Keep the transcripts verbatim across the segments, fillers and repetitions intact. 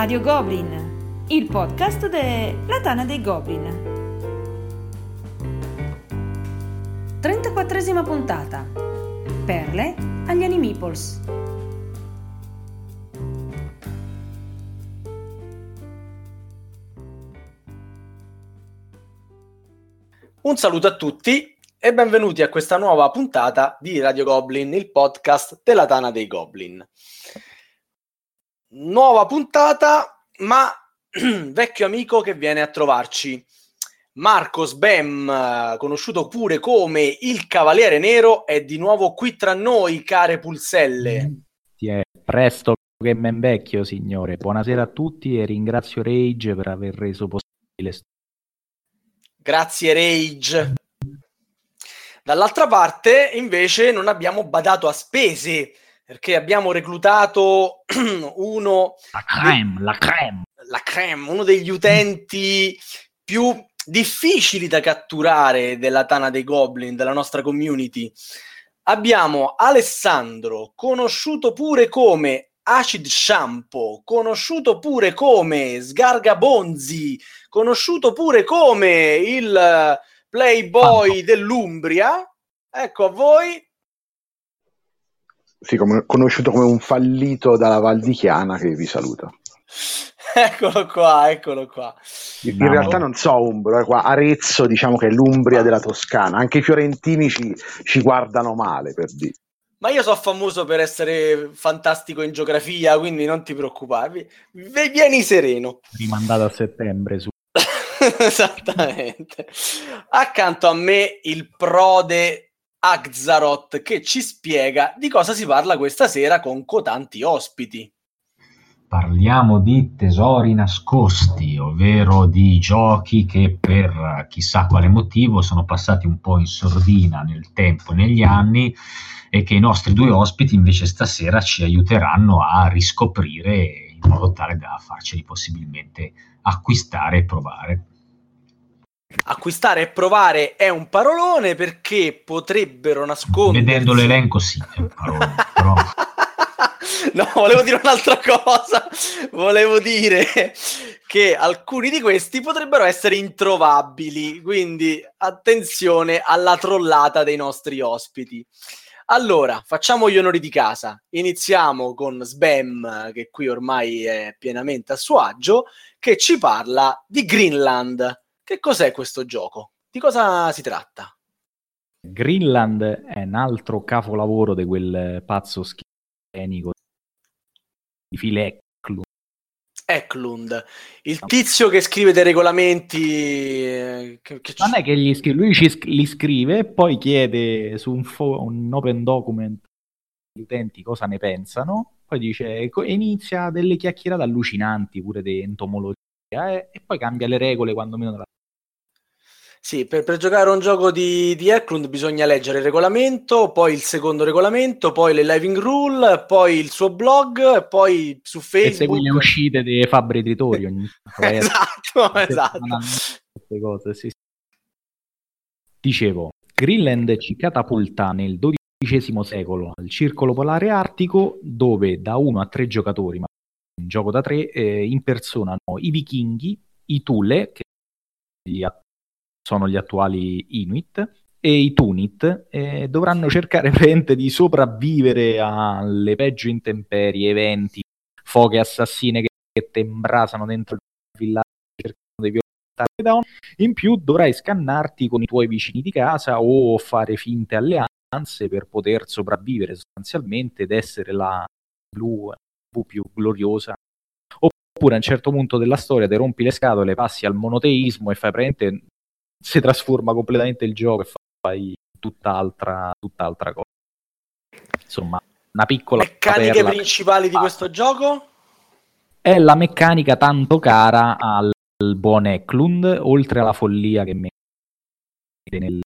Radio Goblin, il podcast della Tana dei Goblin. trentaquattresima puntata. Perle agli Animeeples. Un saluto a tutti e benvenuti a questa nuova puntata di Radio Goblin, il podcast della Tana dei Goblin. Nuova puntata, ma vecchio amico che viene a trovarci. Marco Sbam, conosciuto pure come il Cavaliere Nero, è di nuovo qui tra noi, care pulselle. Sì, è presto che me invecchio, signore. Buonasera a tutti e ringrazio Rage per aver reso possibile. Grazie Rage. Dall'altra parte, invece, non abbiamo badato a spese, perché abbiamo reclutato uno... La crème, la crème. La crème, uno degli utenti più difficili da catturare della Tana dei Goblin, della nostra community. Abbiamo Alessandro, conosciuto pure come Acid Shampoo, conosciuto pure come Sgargabonzi, conosciuto pure come il Playboy dell'Umbria. Ecco a voi. Sì, come, conosciuto come un fallito dalla Val di Chiana, che vi saluta. Eccolo qua, eccolo qua. In No. realtà non so Umbro, eh, qua Arezzo diciamo che è l'Umbria della Toscana. Anche i fiorentini ci, ci guardano male, per dire. Ma io so famoso per essere fantastico in geografia, quindi non ti preoccupare. V- vieni sereno. Rimandato a settembre su. Esattamente. Accanto a me il prode Axaroth che ci spiega di cosa si parla questa sera con cotanti ospiti. Parliamo di tesori nascosti, ovvero di giochi che per chissà quale motivo sono passati un po' in sordina nel tempo e negli anni e che i nostri due ospiti invece stasera ci aiuteranno a riscoprire in modo tale da farceli possibilmente acquistare e provare. Acquistare e provare è un parolone perché potrebbero nascondersi... Vedendo l'elenco sì, è un parolone, però... No, volevo dire un'altra cosa. Volevo dire che alcuni di questi potrebbero essere introvabili, quindi attenzione alla trollata dei nostri ospiti. Allora, facciamo gli onori di casa. Iniziamo con Sbam, che qui ormai è pienamente a suo agio, che ci parla di Greenland. Che cos'è questo gioco? Di cosa si tratta? Greenland è un altro capolavoro di quel pazzo schifenico di Phil Eklund. Eklund, il tizio che scrive dei regolamenti. eh, Che, che Non è che gli scrive, lui ci sc- li scrive e poi chiede su un, fo- un open document agli utenti cosa ne pensano, poi dice e co- inizia delle chiacchierate allucinanti pure di entomologia eh, e poi cambia le regole quando meno la... Sì, per, per giocare a un gioco di, di Eklund bisogna leggere il regolamento, poi il secondo regolamento, poi le living rule, poi il suo blog, poi su e segui le Facebook. uscite dei fabbri editori ogni Esatto, esatto. queste cose, sì, sì. Dicevo, Greenland ci catapulta nel dodicesimo secolo al circolo polare artico, dove da uno a tre giocatori, ma un gioco da tre, eh, impersonano i vichinghi, i Thule, che gli att- sono gli attuali Inuit, e i Tunit, eh, dovranno cercare praticamente di sopravvivere alle peggio intemperie, eventi, foche assassine che, che te imbrasano dentro il villaggio cercando di violentare. In più dovrai scannarti con i tuoi vicini di casa o fare finte alleanze per poter sopravvivere sostanzialmente ed essere la blu più gloriosa. Oppure a un certo punto della storia ti rompi le scatole, passi al monoteismo e fai praticamente si trasforma completamente il gioco e fai tutt'altra, tutt'altra cosa. Insomma, una piccola Meccaniche perla principali di questo gioco? è la meccanica tanto cara al buon Eklund, oltre alla follia che mette nel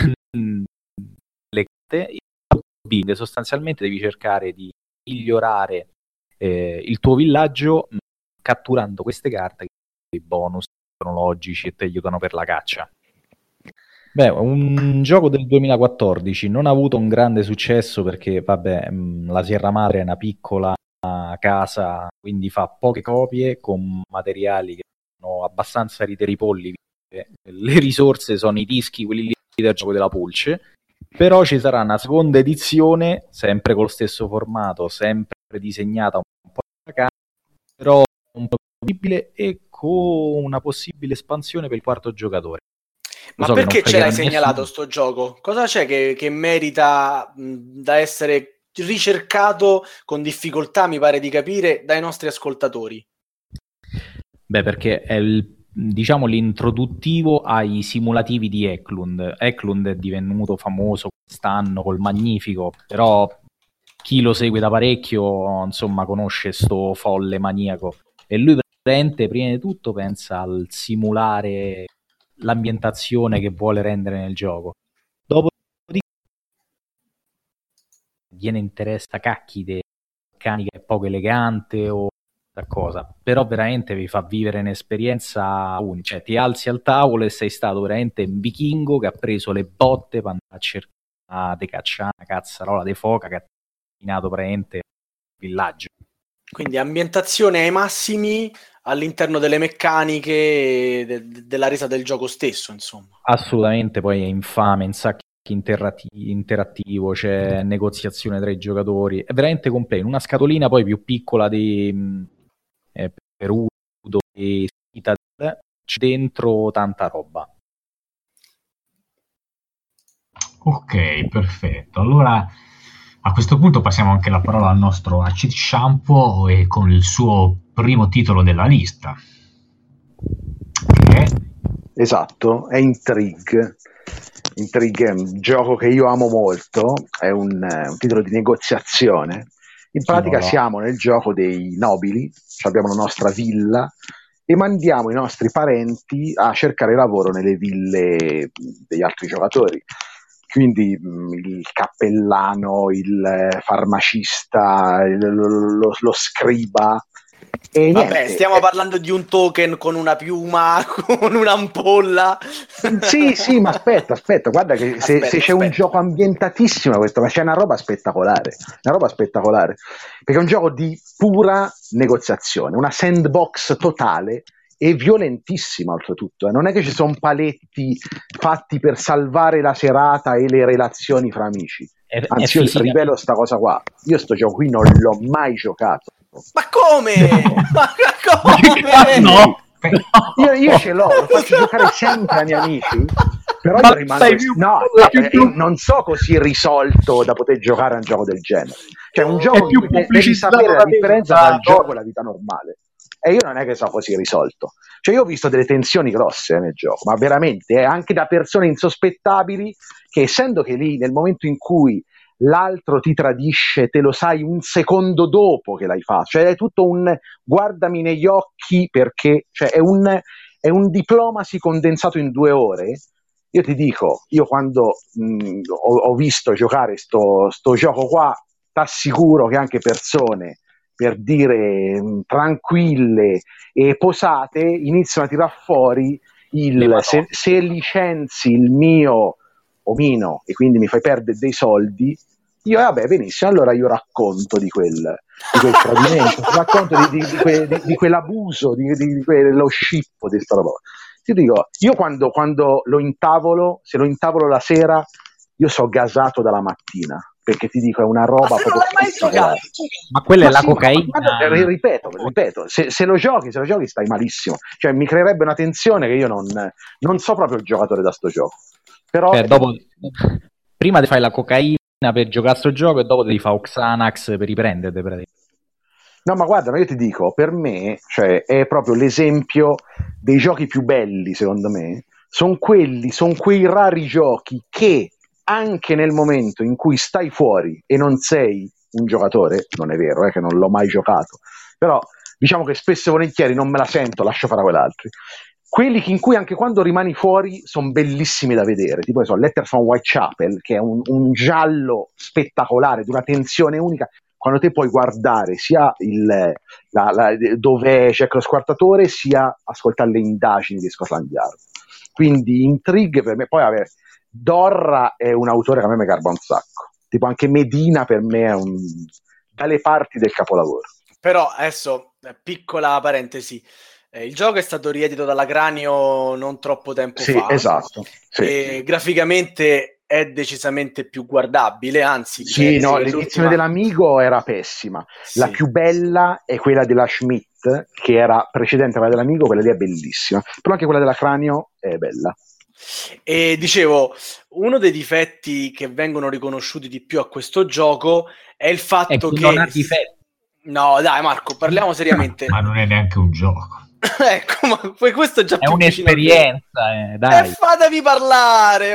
le carte. Sostanzialmente devi cercare di migliorare eh, il tuo villaggio mh, catturando queste carte che sono dei bonus tecnologici e ti aiutano per la caccia. Beh, un gioco del duemilaquattordici non ha avuto un grande successo perché, vabbè, mh, la Sierra Madre è una piccola casa, quindi fa poche copie con materiali che sono abbastanza riteripolli. Le risorse sono i dischi, quelli lì del gioco della Pulce, però ci sarà una seconda edizione sempre col stesso formato, sempre disegnata un po' da casa, però un po' possibile e con una possibile espansione per il quarto giocatore. Ma so perché ce l'hai nessuno. segnalato sto gioco? Cosa c'è che, che merita mh, da essere ricercato con difficoltà, mi pare di capire, dai nostri ascoltatori? Beh, perché è il, diciamo, l'introduttivo ai simulativi di Eklund. Eklund è divenuto famoso quest'anno col Magnifico, però chi lo segue da parecchio, insomma, conosce sto folle maniaco. E lui veramente, prima di tutto, pensa al simulare l'ambientazione che vuole rendere nel gioco. Dopo viene in testa cacchi di meccanica poco elegante o cosa, però veramente vi fa vivere un'esperienza unica, cioè ti alzi al tavolo e sei stato veramente un vichingo che ha preso le botte per andare a cercare di cacciare una cazzarola di foca che ha terminato praticamente il villaggio. Quindi ambientazione ai massimi all'interno delle meccaniche de- de- della resa del gioco stesso, insomma. Assolutamente, poi è infame, un sacco interatti- interattivo, c'è negoziazione tra i giocatori, è veramente completo, una scatolina poi più piccola di eh, Perudo e Citadel, c'è dentro tanta roba. Ok, perfetto. Allora a questo punto passiamo anche la parola al nostro Acid Shampoo e con il suo primo titolo della lista. Che è... Esatto, è Intrigue. Intrigue è un gioco che io amo molto, è un, un titolo di negoziazione. In pratica no, no. siamo nel gioco dei nobili, abbiamo la nostra villa e mandiamo i nostri parenti a cercare lavoro nelle ville degli altri giocatori. Quindi mh, il cappellano, il farmacista, il, lo, lo scriba. E Vabbè, niente, stiamo eh, parlando di un token con una piuma, con un'ampolla. Sì, sì, ma aspetta, aspetta, guarda che se, Aspetta, se c'è aspetta. un gioco ambientatissimo questo, ma c'è una roba spettacolare, una roba spettacolare, perché è un gioco di pura negoziazione, una sandbox totale e violentissima oltretutto, eh. Non è che ci sono paletti fatti per salvare la serata e le relazioni fra amici, È, anzi è io fisica... rivelo sta cosa qua, io sto gioco qui non l'ho mai giocato. Ma come? Ma come? No! Io, io ce l'ho, lo faccio giocare sempre ai miei amici, però Ma io rimango sei più- no, sei eh, più- eh, non so così risolto da poter giocare a un gioco del genere, cioè un gioco più in cui de- devi pubblicizzato sapere la da te, differenza tra il no. gioco e la vita normale, e io non è che so così risolto, cioè io ho visto delle tensioni grosse nel gioco, ma veramente eh, anche da persone insospettabili che, essendo che lì nel momento in cui l'altro ti tradisce te lo sai un secondo dopo che l'hai fatto, cioè è tutto un guardami negli occhi, perché cioè è un è un diplomacy condensato in due ore. Io ti dico, io quando mh, ho, ho visto giocare sto, sto gioco qua, t'assicuro che anche persone, per dire mh, tranquille e posate, iniziano a tirar fuori il se, se licenzi il mio omino e quindi mi fai perdere dei soldi, io vabbè benissimo, allora io racconto di quel, di quel tradimento, racconto di, di, di, que, di, di quell'abuso, di, di, di quello scippo di sta roba. Ti dico, io quando, quando lo intavolo, se lo intavolo la sera, io so gasato dalla mattina, perché ti dico è una roba Ma se non proprio l'hai mai giocato? Ma quella ma è la sì, ma- cocaina. ma- ma- ripeto, ripeto, se, se lo giochi, se lo giochi stai malissimo, cioè mi creerebbe una tensione che io non, non so proprio il giocatore da sto gioco, però Cioè, dopo, prima ti fai la cocaina per giocare a sto gioco e dopo ti fa Xanax per riprenderti praticamente. no, ma guarda, ma io ti dico, per me, cioè, è proprio l'esempio dei giochi più belli, secondo me, sono quelli, sono quei rari giochi che anche nel momento in cui stai fuori e non sei un giocatore, non è vero, eh, che non l'ho mai giocato, però diciamo che spesso e volentieri non me la sento, lascio fare a quell'altro. Quelli in cui anche quando rimani fuori sono bellissimi da vedere, tipo so, Letter from Whitechapel, che è un, un giallo spettacolare, di una tensione unica, quando te puoi guardare sia il, la, la, dove c'è lo squartatore, sia ascoltare le indagini di Scotland Yard. Quindi Intrigue per me, poi vabbè, Dorra è un autore che a me mi garba un sacco, tipo anche Medina per me è un dalle parti del capolavoro. Però adesso, piccola parentesi, eh, il gioco è stato riedito dalla Cranio non troppo tempo sì, fa. Esatto. Sì. E graficamente è decisamente più guardabile, anzi... Sì, no, l'ultima... l'edizione dell'Amigo era pessima. Sì. La più bella è quella della Schmidt, che era precedente a quella dell'Amigo, quella lì è bellissima. Però anche quella della Cranio è bella. E dicevo, uno dei difetti che vengono riconosciuti di più a questo gioco è il fatto ecco, che... non ha difetti. No, dai Marco, parliamo seriamente. Ma non è neanche un gioco. Ecco, ma poi questo è già è più un'esperienza, eh, dai. E fatemi parlare!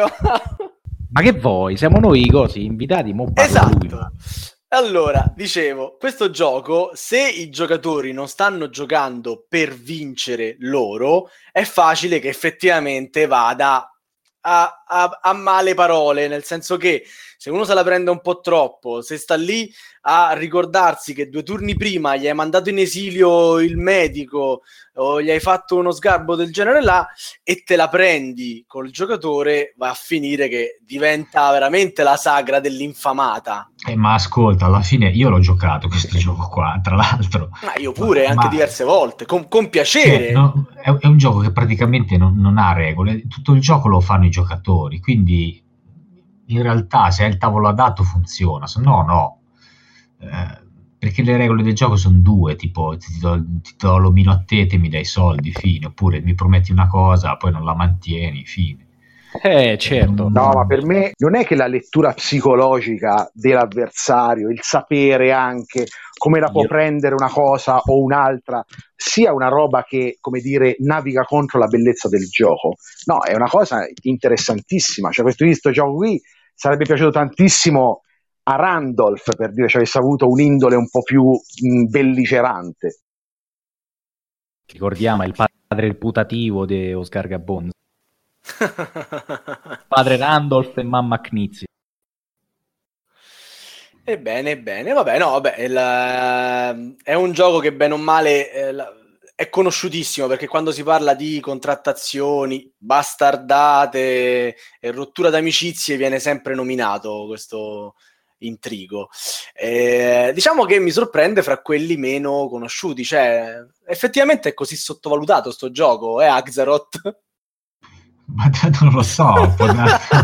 Ma che vuoi? Siamo noi così invitati, mo parla Esatto. lui. Allora, dicevo, questo gioco, se i giocatori non stanno giocando per vincere loro, è facile che effettivamente vada a, a, a male parole, nel senso che se uno se la prende un po' troppo, se sta lì a ricordarsi che due turni prima gli hai mandato in esilio il medico o gli hai fatto uno sgarbo del genere là e te la prendi col giocatore, va a finire che diventa veramente la sagra dell'infamata. Eh, ma ascolta, alla fine io l'ho giocato questo gioco qua, tra l'altro. Ma io pure, ma, anche ma, diverse volte, con, con piacere. Cioè, no, è, è un gioco che praticamente non, non ha regole, tutto il gioco lo fanno i giocatori, quindi in realtà se hai il tavolo adatto funziona, se no no. Eh, perché le regole del gioco sono due, tipo ti do, ti do l'omino a te, te mi dai soldi, fine, oppure mi prometti una cosa, poi non la mantieni, fine. Eh, certo. No, ma per me non è che la lettura psicologica dell'avversario, il sapere anche come la può Io... prendere una cosa o un'altra, sia una roba che, come dire, naviga contro la bellezza del gioco. No, è una cosa interessantissima. Cioè, questo, questo gioco qui sarebbe piaciuto tantissimo a Randolph, per dire, cioè avesse avuto un'indole un po' più mh, belligerante. Ricordiamo, è il padre il putativo di Oscar Gabon. Padre Randolph e mamma Knizia. Ebbene, ebbene, vabbè, no, vabbè, il, è un gioco che bene o male eh, è conosciutissimo, perché quando si parla di contrattazioni, bastardate e rottura d'amicizie viene sempre nominato questo intrigo. Eh, diciamo che mi sorprende fra quelli meno conosciuti, cioè effettivamente è così sottovalutato sto gioco, è Axaroth? Ma non lo so, può darsi.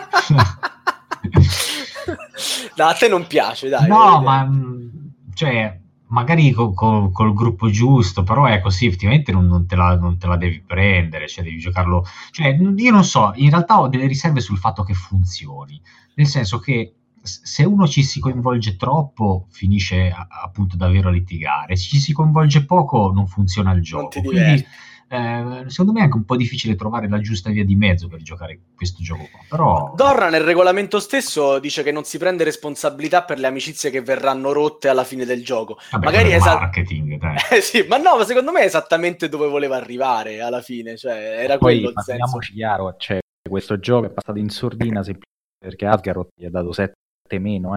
No, a te non piace, dai. No, ma cioè, magari co- co- col gruppo giusto, però è così, effettivamente non, non, te la, non te la devi prendere, cioè devi giocarlo. Cioè, io non so, in realtà ho delle riserve sul fatto che funzioni, nel senso che se uno ci si coinvolge troppo, finisce a, appunto davvero a litigare, se ci si coinvolge poco, non funziona il gioco. Non ti Quindi, diverti. Eh, secondo me è anche un po' difficile trovare la giusta via di mezzo per giocare questo gioco qua, però Dorra nel regolamento stesso dice che non si prende responsabilità per le amicizie che verranno rotte alla fine del gioco. vabbè, magari è esa- marketing, dai. eh, sì, ma no, ma secondo me è esattamente dove voleva arrivare alla fine, cioè era Poi quello il senso. parliamoci chiaro, cioè, questo gioco è passato in sordina semplicemente perché Asgaroth gli ha dato sette meno, eh.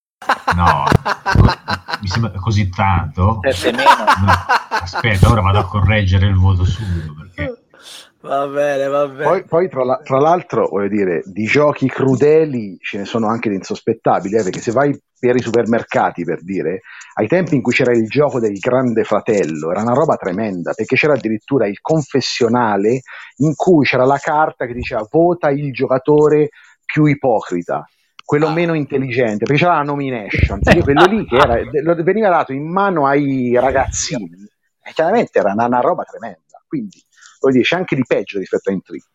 No, mi sembra così tanto. sette meno. No, aspetta, ora vado a correggere il voto subito perché Va bene, va bene. Poi, poi tra, la, tra l'altro, voglio dire, di giochi crudeli ce ne sono anche di insospettabili, eh, perché se vai per i supermercati, per dire, ai tempi in cui c'era il gioco del Grande Fratello, era una roba tremenda, perché c'era addirittura il confessionale in cui c'era la carta che diceva vota il giocatore più ipocrita, quello Ah. meno intelligente, perché c'era la nomination, perché quello lì che era, lo veniva dato in mano ai ragazzini, e chiaramente era una, una roba tremenda, quindi vuol dire, c'è anche di peggio rispetto a Intrigue.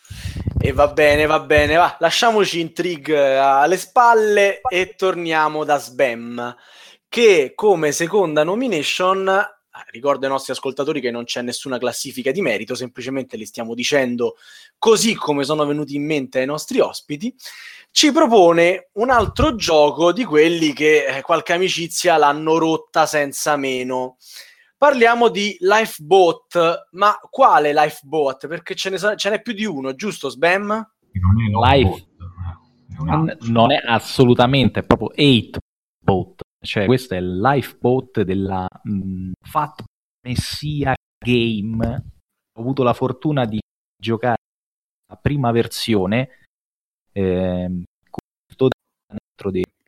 E va bene, va bene, va. Lasciamoci Intrigue alle spalle e torniamo da Sbam, che come seconda nomination, ricordo ai nostri ascoltatori che non c'è nessuna classifica di merito, semplicemente li stiamo dicendo così come sono venuti in mente ai nostri ospiti, ci propone un altro gioco di quelli che eh, qualche amicizia l'hanno rotta senza meno. Parliamo di Lifeboat, ma quale Lifeboat? Perché ce ne sa- ce n'è più di uno, giusto Sbam? non è Life è un non, altro. non è assolutamente, è proprio eight boat, cioè questo è il Lifeboat della mh, Fat Messia Game. Ho avuto la fortuna di giocare la prima versione, ehm, dentro dei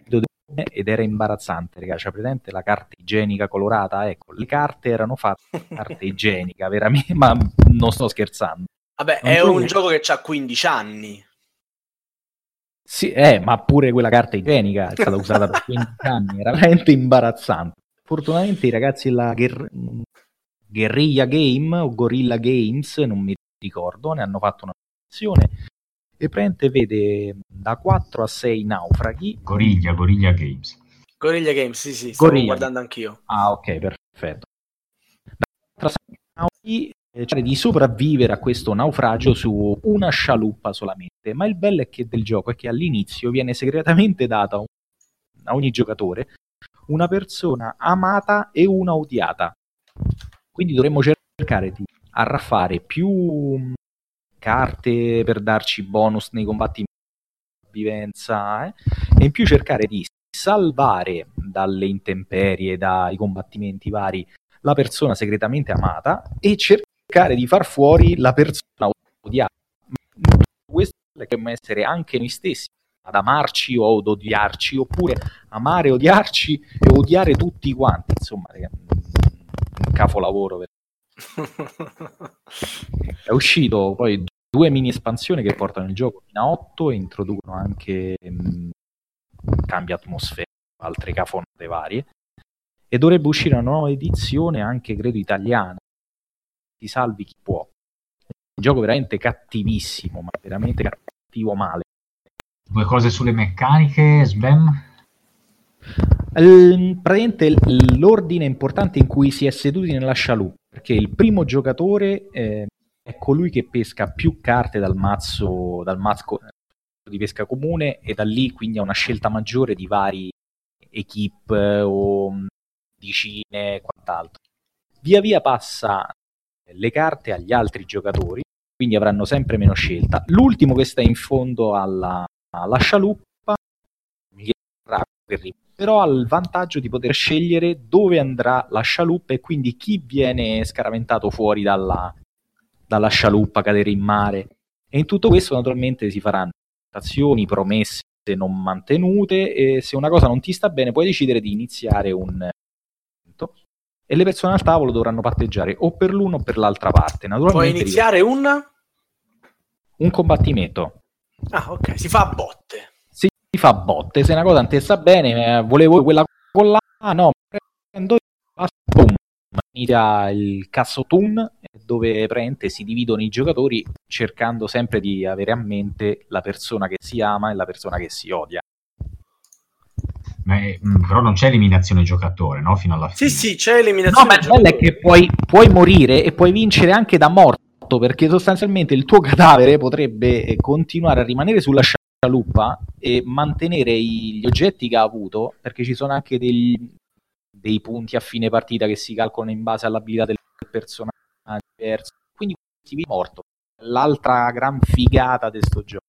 ed era imbarazzante, raga. C'è presente la carta igienica colorata? Ecco, le carte erano fatte con carta igienica, veramente, ma non sto scherzando. Vabbè, Non è trovo- un gioco che ha quindici anni. Sì, eh, ma pure quella carta igienica è stata usata per quindici anni, era veramente imbarazzante. Fortunatamente i ragazzi della Guer- Guerrilla Game o Gorilla Games, non mi ricordo, ne hanno fatto una versione e praticamente vede da quattro a sei naufraghi. Gorilla, Gorilla Games. Gorilla Games, sì, sì, stavo Gorilla. guardando anch'io. Ah, ok, perfetto. Da naufraghi, eh, cercare di sopravvivere a questo naufragio su una scialuppa solamente. Ma il bello è che del gioco è che all'inizio viene segretamente data un- a ogni giocatore una persona amata e una odiata. Quindi dovremmo cercare di arraffare più mh, carte per darci bonus nei combattimenti di sopravvivenza, eh, e in più cercare di salvare dalle intemperie, dai combattimenti vari, la persona segretamente amata e cercare di far fuori la persona odiata. Questo dobbiamo essere anche noi stessi ad amarci o ad odiarci, oppure amare, odiarci e odiare tutti quanti. Insomma, un capolavoro. È uscito poi due mini espansioni che portano il gioco fino a otto e introducono anche mh, cambi atmosfera, altre cafonate varie, e dovrebbe uscire una nuova edizione anche credo italiana, ti salvi chi può. Un gioco veramente cattivissimo, ma veramente cattivo male. Due cose sulle meccaniche, Sbam? Il, praticamente l- l'ordine importante in cui si è seduti nella scialuppa, perché il primo giocatore eh, è colui che pesca più carte dal mazzo, dal mazzo di pesca comune, e da lì quindi ha una scelta maggiore di vari equip eh, o mh, vicine e quant'altro. Via via passa le carte agli altri giocatori, quindi avranno sempre meno scelta. L'ultimo che sta in fondo alla, alla scialuppa però ha il vantaggio di poter scegliere dove andrà la scialuppa e quindi chi viene scaraventato fuori dalla, dalla scialuppa, cadere in mare. E in tutto questo naturalmente si faranno azioni, promesse non mantenute, e se una cosa non ti sta bene puoi decidere di iniziare un e le persone al tavolo dovranno patteggiare o per l'uno o per l'altra parte. Naturalmente Puoi iniziare un... un combattimento. Ah, ok, si fa a botte. Si fa a botte, se una cosa non ti sta bene, eh, volevo quella con là, ah, no, prendo boom, inizia il cazzotun, dove praticamente si dividono i giocatori cercando sempre di avere a mente la persona che si ama e la persona che si odia. Ma è- mh, però non c'è eliminazione giocatore, no? Fino alla Sì, fine. sì, c'è No, eliminazione. ma il bello è che puoi, puoi morire e puoi vincere anche da morto, perché sostanzialmente il tuo cadavere potrebbe eh, continuare a rimanere sulla scialuppa e mantenere i- gli oggetti che ha avuto, perché ci sono anche degli- dei punti a fine partita che si calcolano in base all'abilità del personaggio diverso, quindi ti viene morto. L'altra gran figata di sto gioco.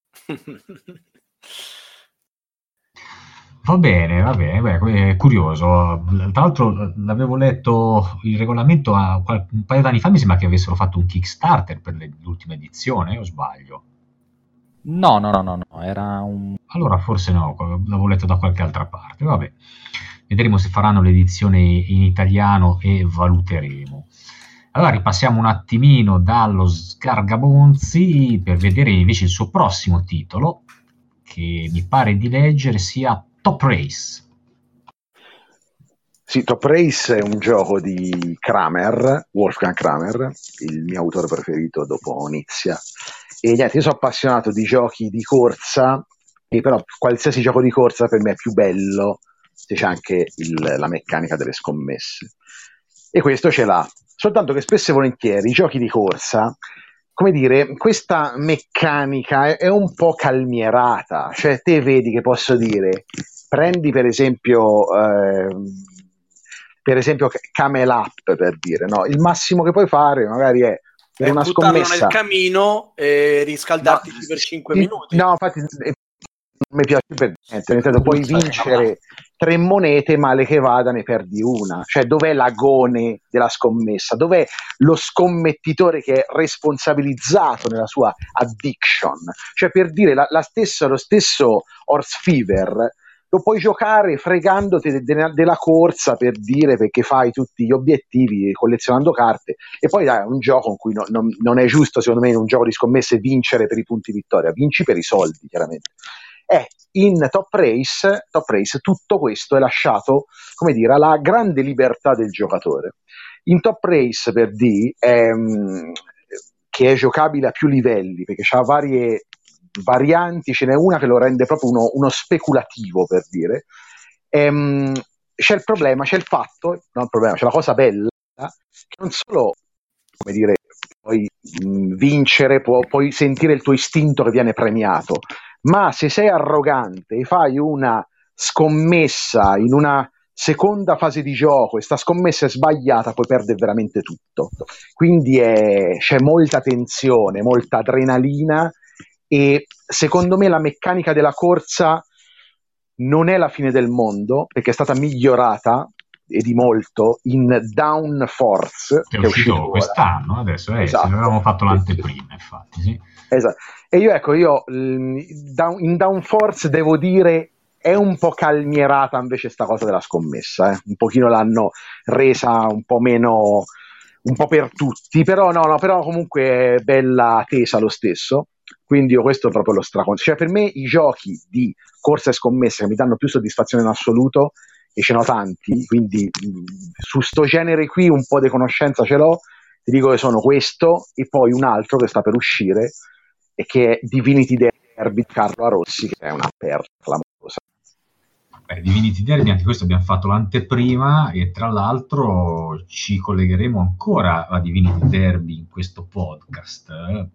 Va bene, va bene, beh, è curioso. Tra l'altro l'avevo letto il regolamento a qual- un paio d'anni fa, mi sembra che avessero fatto un Kickstarter per le- l'ultima edizione, o sbaglio? No, no, no, no, no, era un... Allora forse no, l'avevo letto da qualche altra parte. Vabbè, vedremo se faranno l'edizione in italiano e valuteremo. Allora ripassiamo un attimino dallo Sgargabonzi per vedere invece il suo prossimo titolo, che mi pare di leggere sia Top Race. Sì, Top Race è un gioco di Kramer, Wolfgang Kramer, il mio autore preferito dopo Nizia. E niente, io sono appassionato di giochi di corsa, e però qualsiasi gioco di corsa per me è più bello se c'è anche il, la meccanica delle scommesse. E questo ce l'ha. Soltanto che spesso e volentieri i giochi di corsa, come dire, questa meccanica è, è un po' calmierata. Cioè te vedi che posso dire, prendi per esempio... Eh, per esempio Camel Up, per dire, no? Il massimo che puoi fare magari è per E una buttarlo scommessa nel camino e riscaldarti no, per cinque sì, minuti. no, infatti eh, non mi piace per niente, nel senso puoi vincere tre monete, male che vada ne perdi una. Cioè dov'è l'agone della scommessa? Dov'è lo scommettitore che è responsabilizzato nella sua addiction? Cioè per dire la, la stessa, lo stesso Horse Fever, lo puoi giocare fregandoti de- de- della corsa, per dire, perché fai tutti gli obiettivi collezionando carte, e poi dai, è un gioco in cui no, non, non è giusto, secondo me, in un gioco di scommesse vincere per i punti vittoria, vinci per i soldi, chiaramente. Eh, in Top Race, Top Race tutto questo è lasciato, come dire, alla grande libertà del giocatore. In Top Race, per D, ehm, che è giocabile a più livelli, perché ha varie varianti, ce n'è una che lo rende proprio uno, uno speculativo, per dire. Ehm, c'è il problema, c'è il fatto, non il problema, c'è la cosa bella, che non solo, come dire, puoi mh, vincere, pu- puoi sentire il tuo istinto che viene premiato, ma se sei arrogante e fai una scommessa in una seconda fase di gioco e sta scommessa è sbagliata, puoi perdere veramente tutto. Quindi è, c'è molta tensione, molta adrenalina, e secondo me la meccanica della corsa non è la fine del mondo, perché è stata migliorata e di molto in Down Force, che è che è uscito uscito quest'anno, adesso eh, esatto. se ne avevamo fatto l'anteprima, infatti, sì. Esatto. E io ecco, io in Down Force devo dire è un po' calmierata invece sta cosa della scommessa, eh. Un pochino l'hanno resa un po' meno, un po' per tutti, però no, no, però comunque è bella tesa lo stesso. Quindi io questo è proprio lo straconsiglio. Cioè, per me i giochi di corsa e scommessa che mi danno più soddisfazione in assoluto, e ce n'ho tanti, quindi mh, su sto genere qui un po' di conoscenza ce l'ho, ti dico che sono questo e poi un altro che sta per uscire, e che è Divinity Derby di Carlo Arossi, che è una perla clamorosa. Beh, Divinity Derby, anche questo abbiamo fatto l'anteprima, e tra l'altro ci collegheremo ancora a Divinity Derby in questo podcast, eh,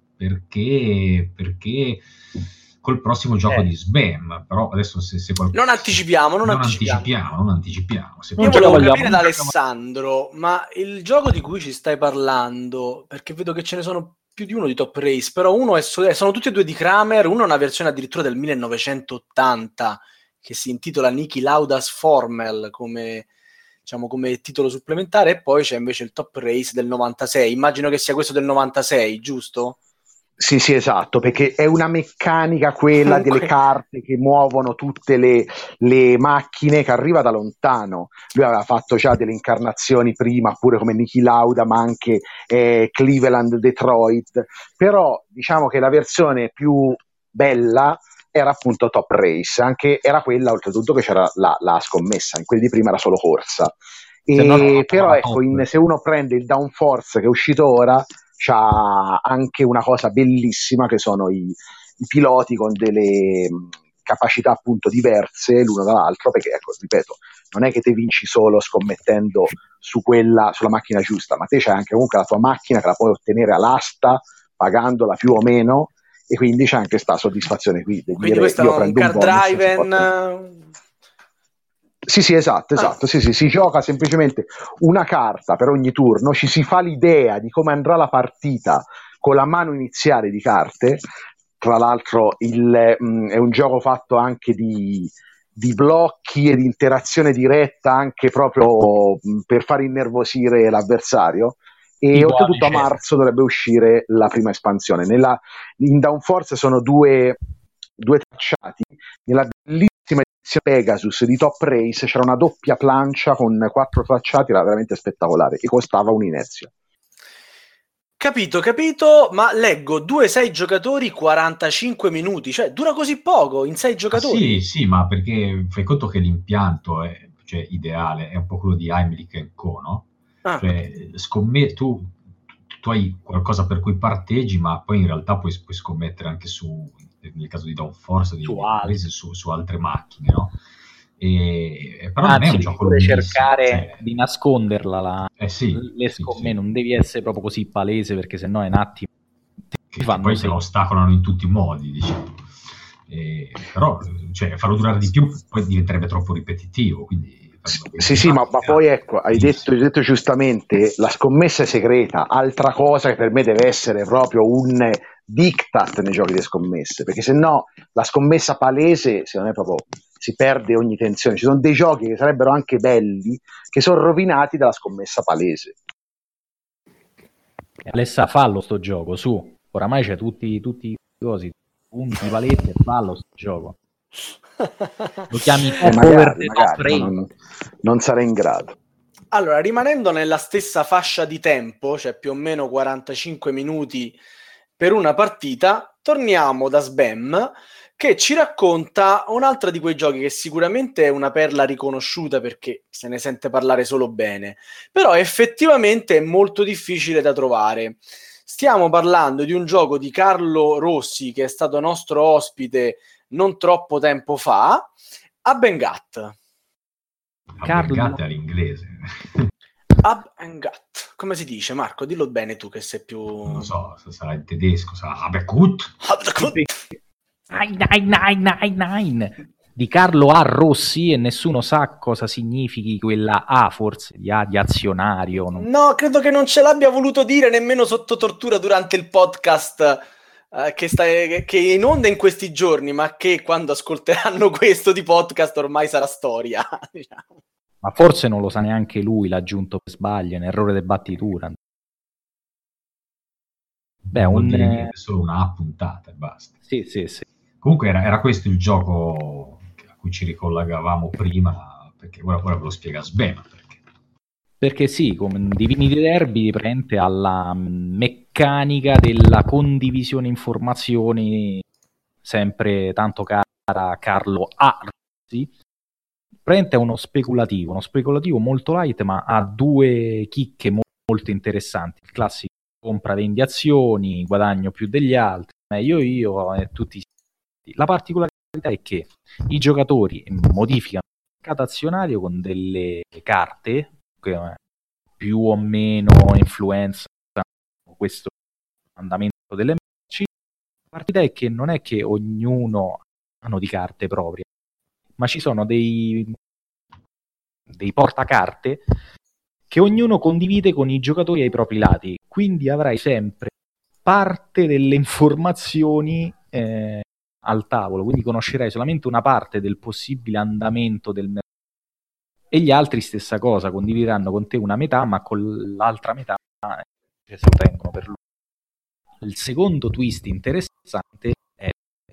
perché, perché col prossimo gioco Eh. di Sbam, però adesso se, se qualcuno... Non anticipiamo, non, non anticipiamo. anticipiamo, non anticipiamo. Se Io Non ce volevo la vogliamo, capire non da ce la Alessandro, ma il gioco di cui ci stai parlando, perché vedo che ce ne sono più di uno di Top Race, però uno è so- sono tutti e due di Kramer, uno è una versione addirittura del millenovecentottanta che si intitola Niki Lauda's Formel come, diciamo, come titolo supplementare, e poi c'è invece il Top Race del novantasei. Immagino che sia questo del novantasei, giusto? Sì, sì, esatto, perché è una meccanica quella Comunque- delle carte che muovono tutte le, le macchine, che arriva da lontano. Lui aveva fatto già delle incarnazioni prima, pure come Niki Lauda, ma anche eh, Cleveland, Detroit, però diciamo che la versione più bella era appunto Top Race, anche era quella oltretutto che c'era la, la scommessa, in quelli di prima era solo corsa. Se no, E, no, però la ecco, top. in, se uno prende il Downforce che è uscito ora, c'ha anche una cosa bellissima che sono i, i piloti con delle mh, capacità appunto diverse l'uno dall'altro, perché ecco, ripeto, non è che te vinci solo scommettendo su quella, sulla macchina giusta, ma te c'hai anche comunque la tua macchina che la puoi ottenere all'asta pagandola più o meno, e quindi c'è anche sta soddisfazione qui di Quindi dire questo io è un prendo un car bonus, si driven. porta- Sì, sì, esatto, esatto. Ah. Sì, sì, si gioca semplicemente una carta per ogni turno, ci si fa l'idea di come andrà la partita con la mano iniziale di carte. Tra l'altro il, mh, è un gioco fatto anche di, di blocchi e di interazione diretta, anche proprio mh, per far innervosire l'avversario. E Tipo oltretutto a Alice. marzo dovrebbe uscire la prima espansione. Nella, in Downforce sono due, due tracciati. Nella bellissima edizione Pegasus di Top Race c'era una doppia plancia con quattro tracciati, era veramente spettacolare e costava un'inezia. Capito, capito, ma leggo due sei giocatori, quarantacinque minuti, cioè dura così poco in sei Ah, giocatori? sì, sì, ma perché fai conto che l'impianto è, cioè, ideale è un po' quello di Heimlich and Co, no? Ah. Cioè, scommetti, tu, tu hai qualcosa per cui parteggi, ma poi in realtà puoi, puoi scommettere anche su, nel caso di Downforce, di, Su di altri. su, su altre macchine, no? E, però non è Anzi, un devi gioco pure lunghissimo. cercare Cioè, di nasconderla la, eh sì, le sì, scommesse, sì. non devi essere proprio così palese, perché sennò è un attimo Che, ti che fanno poi te lo segno. ostacolano in tutti i modi, diciamo. E, però, cioè, farlo durare di più poi diventerebbe troppo ripetitivo, quindi... Sì, sì, ma, ma poi ecco, hai detto, hai detto giustamente, la scommessa è segreta, altra cosa che per me deve essere proprio un diktat nei giochi di scommesse, perché se no la scommessa palese, secondo me proprio si perde ogni tensione. Ci sono dei giochi che sarebbero anche belli, che sono rovinati dalla scommessa palese. Alessa, fallo sto gioco, su. Oramai c'è tutti, tutti i cosi, punti, paletti, e fallo sto gioco. Lo chiami Eh, top magari, over the top magari, rate. non, non sarei in grado. Allora, rimanendo nella stessa fascia di tempo, cioè più o meno quarantacinque minuti per una partita, torniamo da Sbam, che ci racconta un'altra di quei giochi che sicuramente è una perla riconosciuta perché se ne sente parlare solo bene, però effettivamente è molto difficile da trovare. Stiamo parlando di un gioco di Carlo Rossi, che è stato nostro ospite non troppo tempo fa, Abengat. Carlo- Abengat all'inglese. Abengat. Come si dice, Marco? Dillo bene tu che sei più... Non lo so, se sarà in tedesco, sarà Abengut. Nine, nine, nine, nine. Di Carlo A. Rossi, e nessuno sa cosa significhi quella A, forse di A di azionario. non- No, credo che non ce l'abbia voluto dire nemmeno sotto tortura durante il podcast eh, che, sta, che è in onda in questi giorni, ma che quando ascolteranno questo di podcast ormai sarà storia. Diciamo. Ma forse non lo sa neanche lui, l'ha aggiunto per sbaglio, è un errore di battitura. Beh, Non vuol un... dire niente, è solo una A puntata e basta. Sì, sì, sì. Comunque era, era questo il gioco a cui ci ricollegavamo prima, perché ora, ora ve lo spiega Sbema. Perché. Perché sì, come Divinity Derby prende alla meccanica della condivisione informazioni, sempre tanto cara a Carlo A. Rossi. Prende uno speculativo, uno speculativo molto light, ma ha due chicche mo- molto interessanti. Il classico compra vendi azioni, guadagno più degli altri, meglio io e tutti. La particolarità è che i giocatori modificano il mercato azionario con delle carte che più o meno influenzano questo andamento delle merci. La partita è che non è che ognuno hanno di carte proprie, ma ci sono dei, dei portacarte che ognuno condivide con i giocatori ai propri lati, quindi avrai sempre parte delle informazioni eh, al tavolo, quindi conoscerai solamente una parte del possibile andamento del mercato e gli altri stessa cosa, condivideranno con te una metà, ma con l'altra metà eh, se lo tengono per loro. Il secondo twist interessante è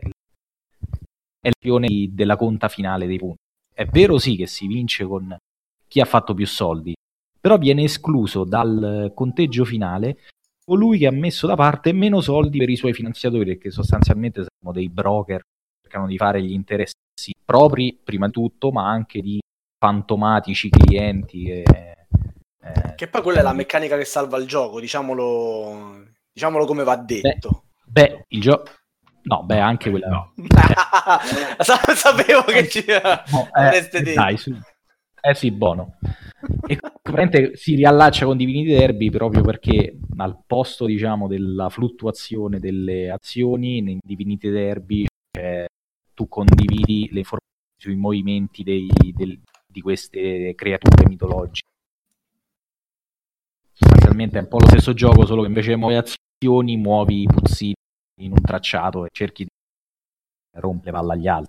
è l'azione della conta finale dei punti. È vero sì che si vince con chi ha fatto più soldi, però viene escluso dal conteggio finale colui che ha messo da parte meno soldi per i suoi finanziatori, perché sostanzialmente sono dei broker che cercano di fare gli interessi propri prima di tutto, ma anche di fantomatici clienti che, eh, Che poi quella è la meccanica che salva il gioco, diciamolo, diciamolo come va detto. beh, beh il gioco no, beh, anche quella No. Sapevo che ci no, avreste eh, detto. dai, su. Eh sì, buono. E praticamente si riallaccia con Divinity Derby proprio perché al posto, diciamo, della fluttuazione delle azioni, in Divinity Derby eh, tu condividi le informazioni sui movimenti dei, del, di queste creature mitologiche. Sostanzialmente è un po' lo stesso gioco, solo che invece di muovi azioni, muovi i puzzini in un tracciato e cerchi di rompere palla agli altri.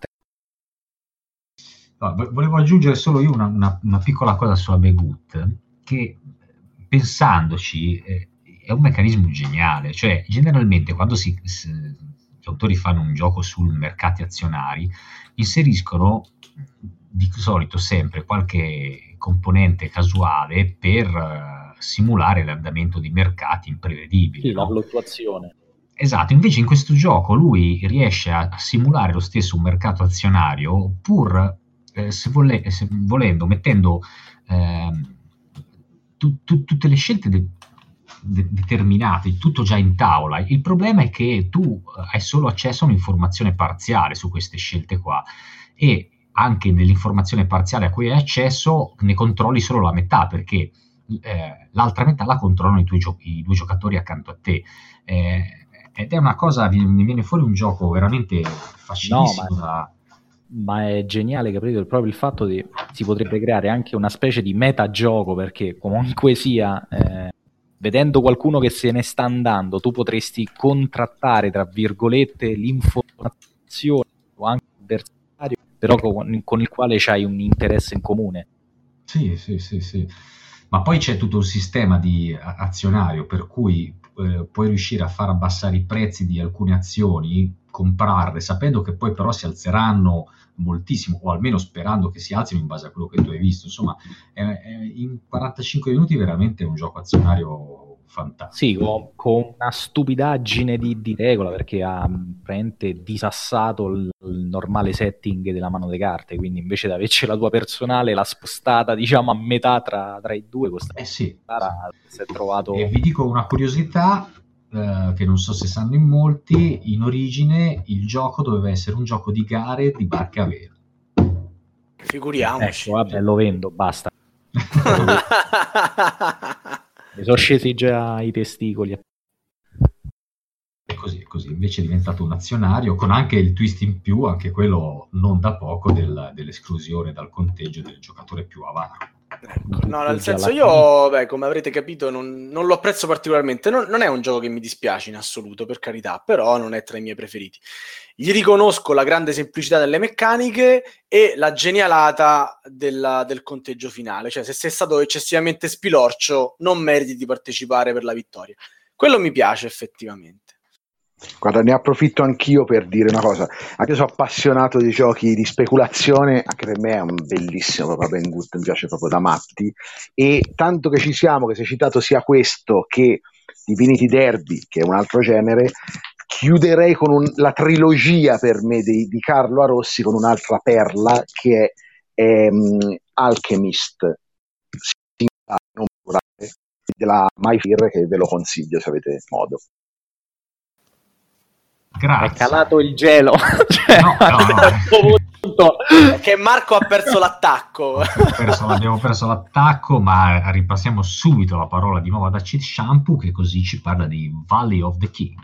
No, volevo aggiungere solo io una, una, una piccola cosa su Abengut, che pensandoci eh, è un meccanismo geniale, cioè generalmente quando si, si, gli autori fanno un gioco sul mercati azionari inseriscono di solito sempre qualche componente casuale per uh, simulare l'andamento di mercati imprevedibili. Sì, no? La fluttuazione. Esatto, invece in questo gioco lui riesce a, a simulare lo stesso un mercato azionario pur eh, se, vole, se volendo, mettendo eh, tu, tu, tutte le scelte de, de, determinate, tutto già in tavola. Il problema è che tu hai solo accesso a un'informazione parziale su queste scelte qua e anche nell'informazione parziale a cui hai accesso ne controlli solo la metà, perché eh, l'altra metà la controllano i tuoi gio- i due giocatori accanto a te. Eh, ed è una cosa, mi viene fuori un gioco veramente facilissimo. No, ma, da... ma è geniale, capito? Proprio il fatto di si potrebbe creare anche una specie di metagioco, perché comunque sia, eh, vedendo qualcuno che se ne sta andando, tu potresti contrattare, tra virgolette, l'informazione o anche l'avversario, però con, con il quale c'hai un interesse in comune. Sì, sì, sì, sì. Ma poi c'è tutto un sistema di azionario per cui eh, puoi riuscire a far abbassare i prezzi di alcune azioni comprarle, sapendo che poi però si alzeranno moltissimo, o almeno sperando che si alzino in base a quello che tu hai visto. Insomma, è, è in quarantacinque minuti veramente un gioco azionario fantastico. Sì, con, con una stupidaggine di, di regola, perché ha praticamente disassato il, il normale setting della mano delle carte, quindi invece di averci la tua personale, l'ha spostata diciamo a metà tra, tra i due. Questa eh sì, cara, sì. Si è trovato... E vi dico una curiosità, eh, che non so se sanno in molti: in origine il gioco doveva essere un gioco di gare di barche a vela. Figuriamoci. Ecco, vabbè, lo vendo, basta. Mi sono scesi già i testicoli. E così, così invece è diventato un azionario, con anche il twist in più, anche quello non da poco, del, dell'esclusione dal conteggio del giocatore più avaro. Ecco, no, nel senso, io, beh, come avrete capito, non, non lo apprezzo particolarmente. Non, non è un gioco che mi dispiace in assoluto, per carità, però non è tra i miei preferiti. Gli riconosco la grande semplicità delle meccaniche e la genialata della, del conteggio finale. Cioè, se sei stato eccessivamente spilorcio, non meriti di partecipare per la vittoria. Quello mi piace effettivamente. Guarda, ne approfitto anch'io per dire una cosa. Anche io sono appassionato di giochi di speculazione, anche per me è un bellissimo proprio Ben Gut, mi piace proprio da matti, e tanto che ci siamo, che si è citato sia questo che Divinity Derby, che è un altro genere, chiuderei con un, la trilogia per me di, di Carlo Arossi con un'altra perla che è ehm, Alchemist, non plurale, della MyFear, che ve lo consiglio se avete modo. Grazie. È calato il gelo. Cioè, no, no, no. Che Marco ha perso l'attacco. Perso, abbiamo perso l'attacco, ma ripassiamo subito la parola di nuovo da Cheat Shampoo, che così ci parla di Valley of the King.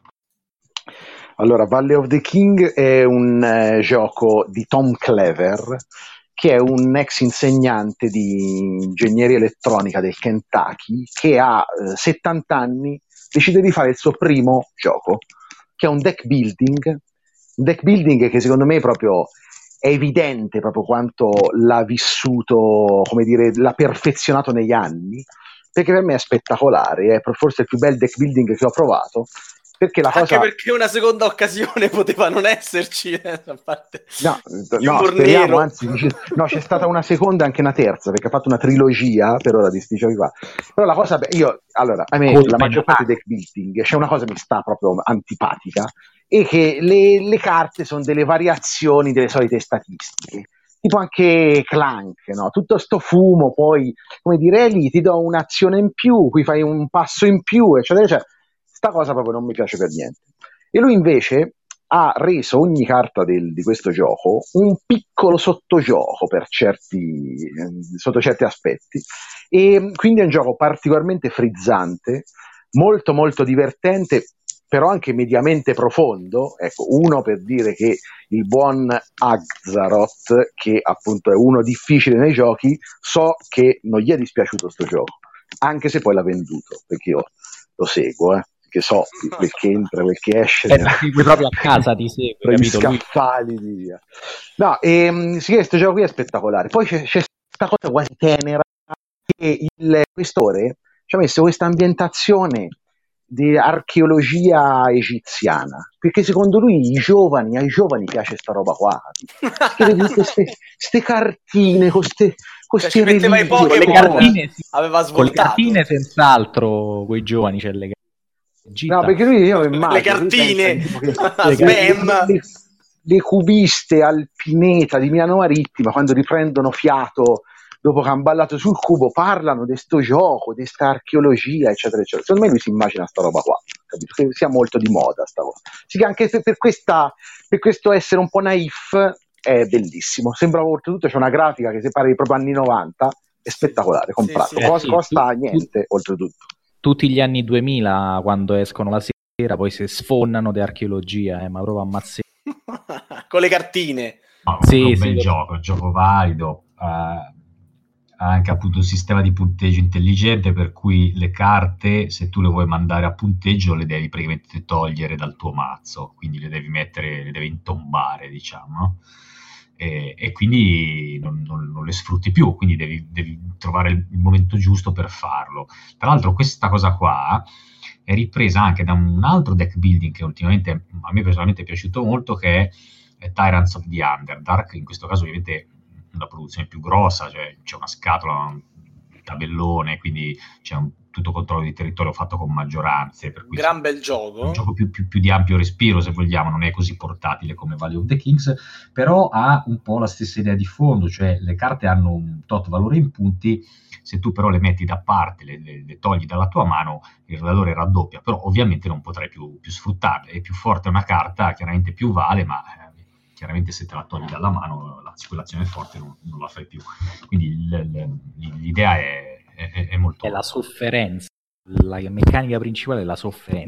Allora, Valley of the King è un eh, gioco di Tom Clever, che è un ex insegnante di ingegneria elettronica del Kentucky, che a eh, settanta anni decide di fare il suo primo gioco, che è un deck building, un deck building che secondo me proprio è evidente proprio quanto l'ha vissuto, come dire, l'ha perfezionato negli anni, perché per me è spettacolare, è forse il più bel deck building che ho provato, perché la anche cosa... perché una seconda occasione poteva non esserci, eh, a parte no, no speriamo, anzi no, c'è stata una seconda e anche una terza, perché ha fatto una trilogia per ora di sti giochi qua. Però la cosa, io allora a me Colpe la maggior parte dei deck building c'è una cosa che mi sta proprio antipatica, e che le, le carte sono delle variazioni delle solite statistiche, tipo anche Clank, no? Tutto sto fumo, poi come dire, lì ti do un'azione in più, qui fai un passo in più, eccetera, eccetera. Sta cosa proprio non mi piace per niente. E lui invece ha reso ogni carta del, di questo gioco un piccolo sottogioco per certi, eh, sotto certi aspetti, e quindi è un gioco particolarmente frizzante, molto molto divertente, però anche mediamente profondo. Ecco, uno per dire che il buon Axaroth, che appunto è uno difficile nei giochi, so che non gli è dispiaciuto sto gioco, anche se poi l'ha venduto, perché io lo seguo, eh. Che so, quel che entra, quel che esce, eh, nella... proprio a casa ti segue, tra gli scaffali di via. No, e, sì, questo gioco qui è spettacolare. Poi c'è, c'è questa cosa quasi tenera, che il questore ci ha messo questa ambientazione di archeologia egiziana, perché secondo lui i giovani, ai giovani piace sta roba qua, perché vedi queste cartine con queste cioè, ci metteva i poche, le cartine, sì. Aveva svoltato. Con le cartine senz'altro quei giovani c'è le Gita. No, perché lui io immagino le cartine che, le, le, le cubiste alpineta di Milano Marittima, quando riprendono fiato dopo che hanno ballato sul cubo, parlano di sto gioco, di sta archeologia, eccetera eccetera. Secondo me lui si immagina sta roba qua, capito? Che sia molto di moda sta cosa. Sì, che anche per, questa, per questo essere un po' naif è bellissimo. Sembra oltretutto c'è una grafica che se pare proprio anni novanta, è spettacolare, comprato. Sì, sì, costa, costa sì, niente sì. Oltretutto. Tutti gli anni duemila, quando escono la sera, poi si sfonnano di archeologia, eh, ma proprio ammazzare. Con le cartine. No, sì, un bel sì, gioco, un gioco valido. Uh, ha anche appunto un sistema di punteggio intelligente, per cui le carte, se tu le vuoi mandare a punteggio, le devi praticamente togliere dal tuo mazzo, quindi le devi mettere, le devi intombare, diciamo, no? E, e quindi non, non, non le sfrutti più, quindi devi, devi trovare il momento giusto per farlo. Tra l'altro questa cosa qua è ripresa anche da un altro deck building che ultimamente a me personalmente è piaciuto molto, che è Tyrants of the Underdark. In questo caso ovviamente una produzione più grossa, cioè c'è una scatola, un tabellone, quindi c'è un tutto controllo di territorio fatto con maggioranze, per cui gran bel gioco, è un gioco più, più, più di ampio respiro, se vogliamo, non è così portatile come Valley of the Kings, però ha un po' la stessa idea di fondo, cioè le carte hanno un tot valore in punti, se tu però le metti da parte, le, le, le togli dalla tua mano, il valore raddoppia, però ovviamente non potrai più, più sfruttarle. È più forte una carta, chiaramente più vale, ma eh, chiaramente se te la togli dalla mano la, quell'azione forte non, non la fai più. Quindi l, l, l'idea è È, è, molto... È la sofferenza, la meccanica principale è la sofferenza.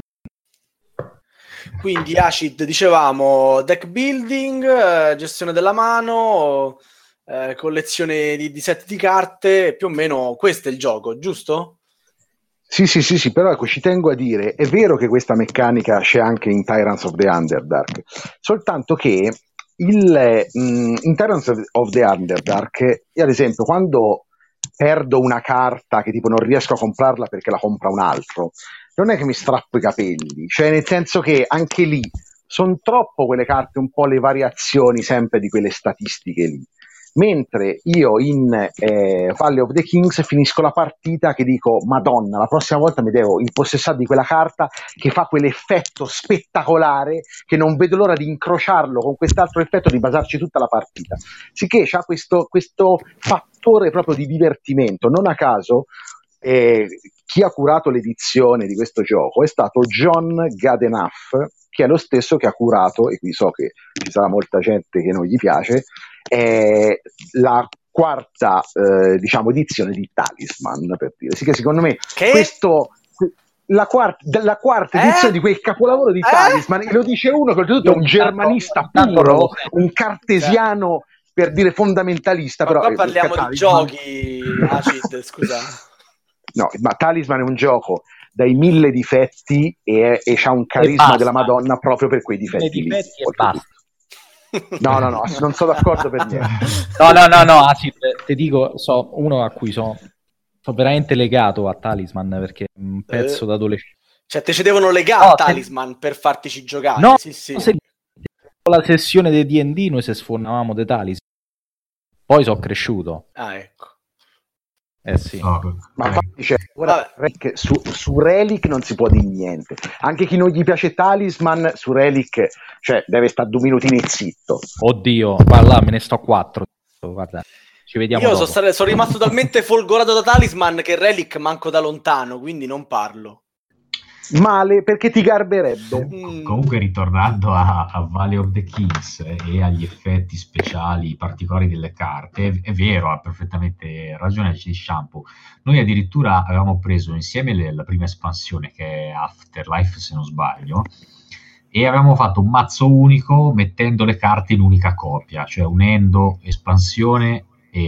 Quindi Acid, dicevamo, deck building, eh, gestione della mano, eh, collezione di, di set di carte, più o meno questo è il gioco, giusto? Sì, sì, sì, sì, però ecco, ci tengo a dire, è vero che questa meccanica c'è anche in Tyrants of the Underdark, soltanto che il, mh, in Tyrants of the Underdark, io ad esempio, quando perdo una carta che tipo non riesco a comprarla perché la compra un altro, non è che mi strappo i capelli, cioè nel senso che anche lì sono troppo quelle carte, un po' le variazioni sempre di quelle statistiche lì, mentre io in eh, Valley of the Kings finisco la partita che dico madonna, la prossima volta mi devo impossessare di quella carta che fa quell'effetto spettacolare che non vedo l'ora di incrociarlo con quest'altro effetto, di basarci tutta la partita, sicché c'ha questo, questo fattore proprio di divertimento. Non a caso eh, chi ha curato l'edizione di questo gioco è stato John Gadenuff, che è lo stesso che ha curato, e qui so che ci sarà molta gente che non gli piace, è la quarta eh, diciamo edizione di Talisman, per dire. Sì, che secondo me che? questo la quarta, la quarta eh? edizione di quel capolavoro di eh? Talisman, e lo dice uno che oltretutto è un germanista puro, un cartesiano, per dire fondamentalista. Ma però qua parliamo Talisman... di giochi, Acid, scusa. No, ma Talisman è un gioco dai mille difetti e, e c'ha un carisma della Madonna proprio per quei difetti. difetti lì, e basta. No, no, no, non sono d'accordo per niente. No, no, no, no, Acid, ti dico, so uno a cui sono so veramente legato a Talisman, perché è un pezzo eh, da adolescente. Cioè, te ci devono legare no, Talisman se... per fartici giocare. No, sì, sì. Se... la sessione di D and D noi se sfornavamo di Talisman. Poi sono cresciuto. Ah, ecco. Eh sì. Oh, ma poi dice, guarda, su, su Relic non si può dire niente. Anche chi non gli piace Talisman, su Relic, cioè, deve stare due minutini zitto. Oddio, guarda, me ne sto quattro. Guarda, ci vediamo Io dopo. sono, sono rimasto talmente folgorato da Talisman che Relic manco da lontano, quindi non parlo. Male, perché ti garberebbe. Mm. Comunque, ritornando a, a Valley of the Kings e agli effetti speciali particolari delle carte, è, è vero, ha perfettamente ragione C Shampoo. Noi addirittura avevamo preso insieme le, la prima espansione, che è Afterlife se non sbaglio, e avevamo fatto un mazzo unico mettendo le carte in unica copia, cioè unendo espansione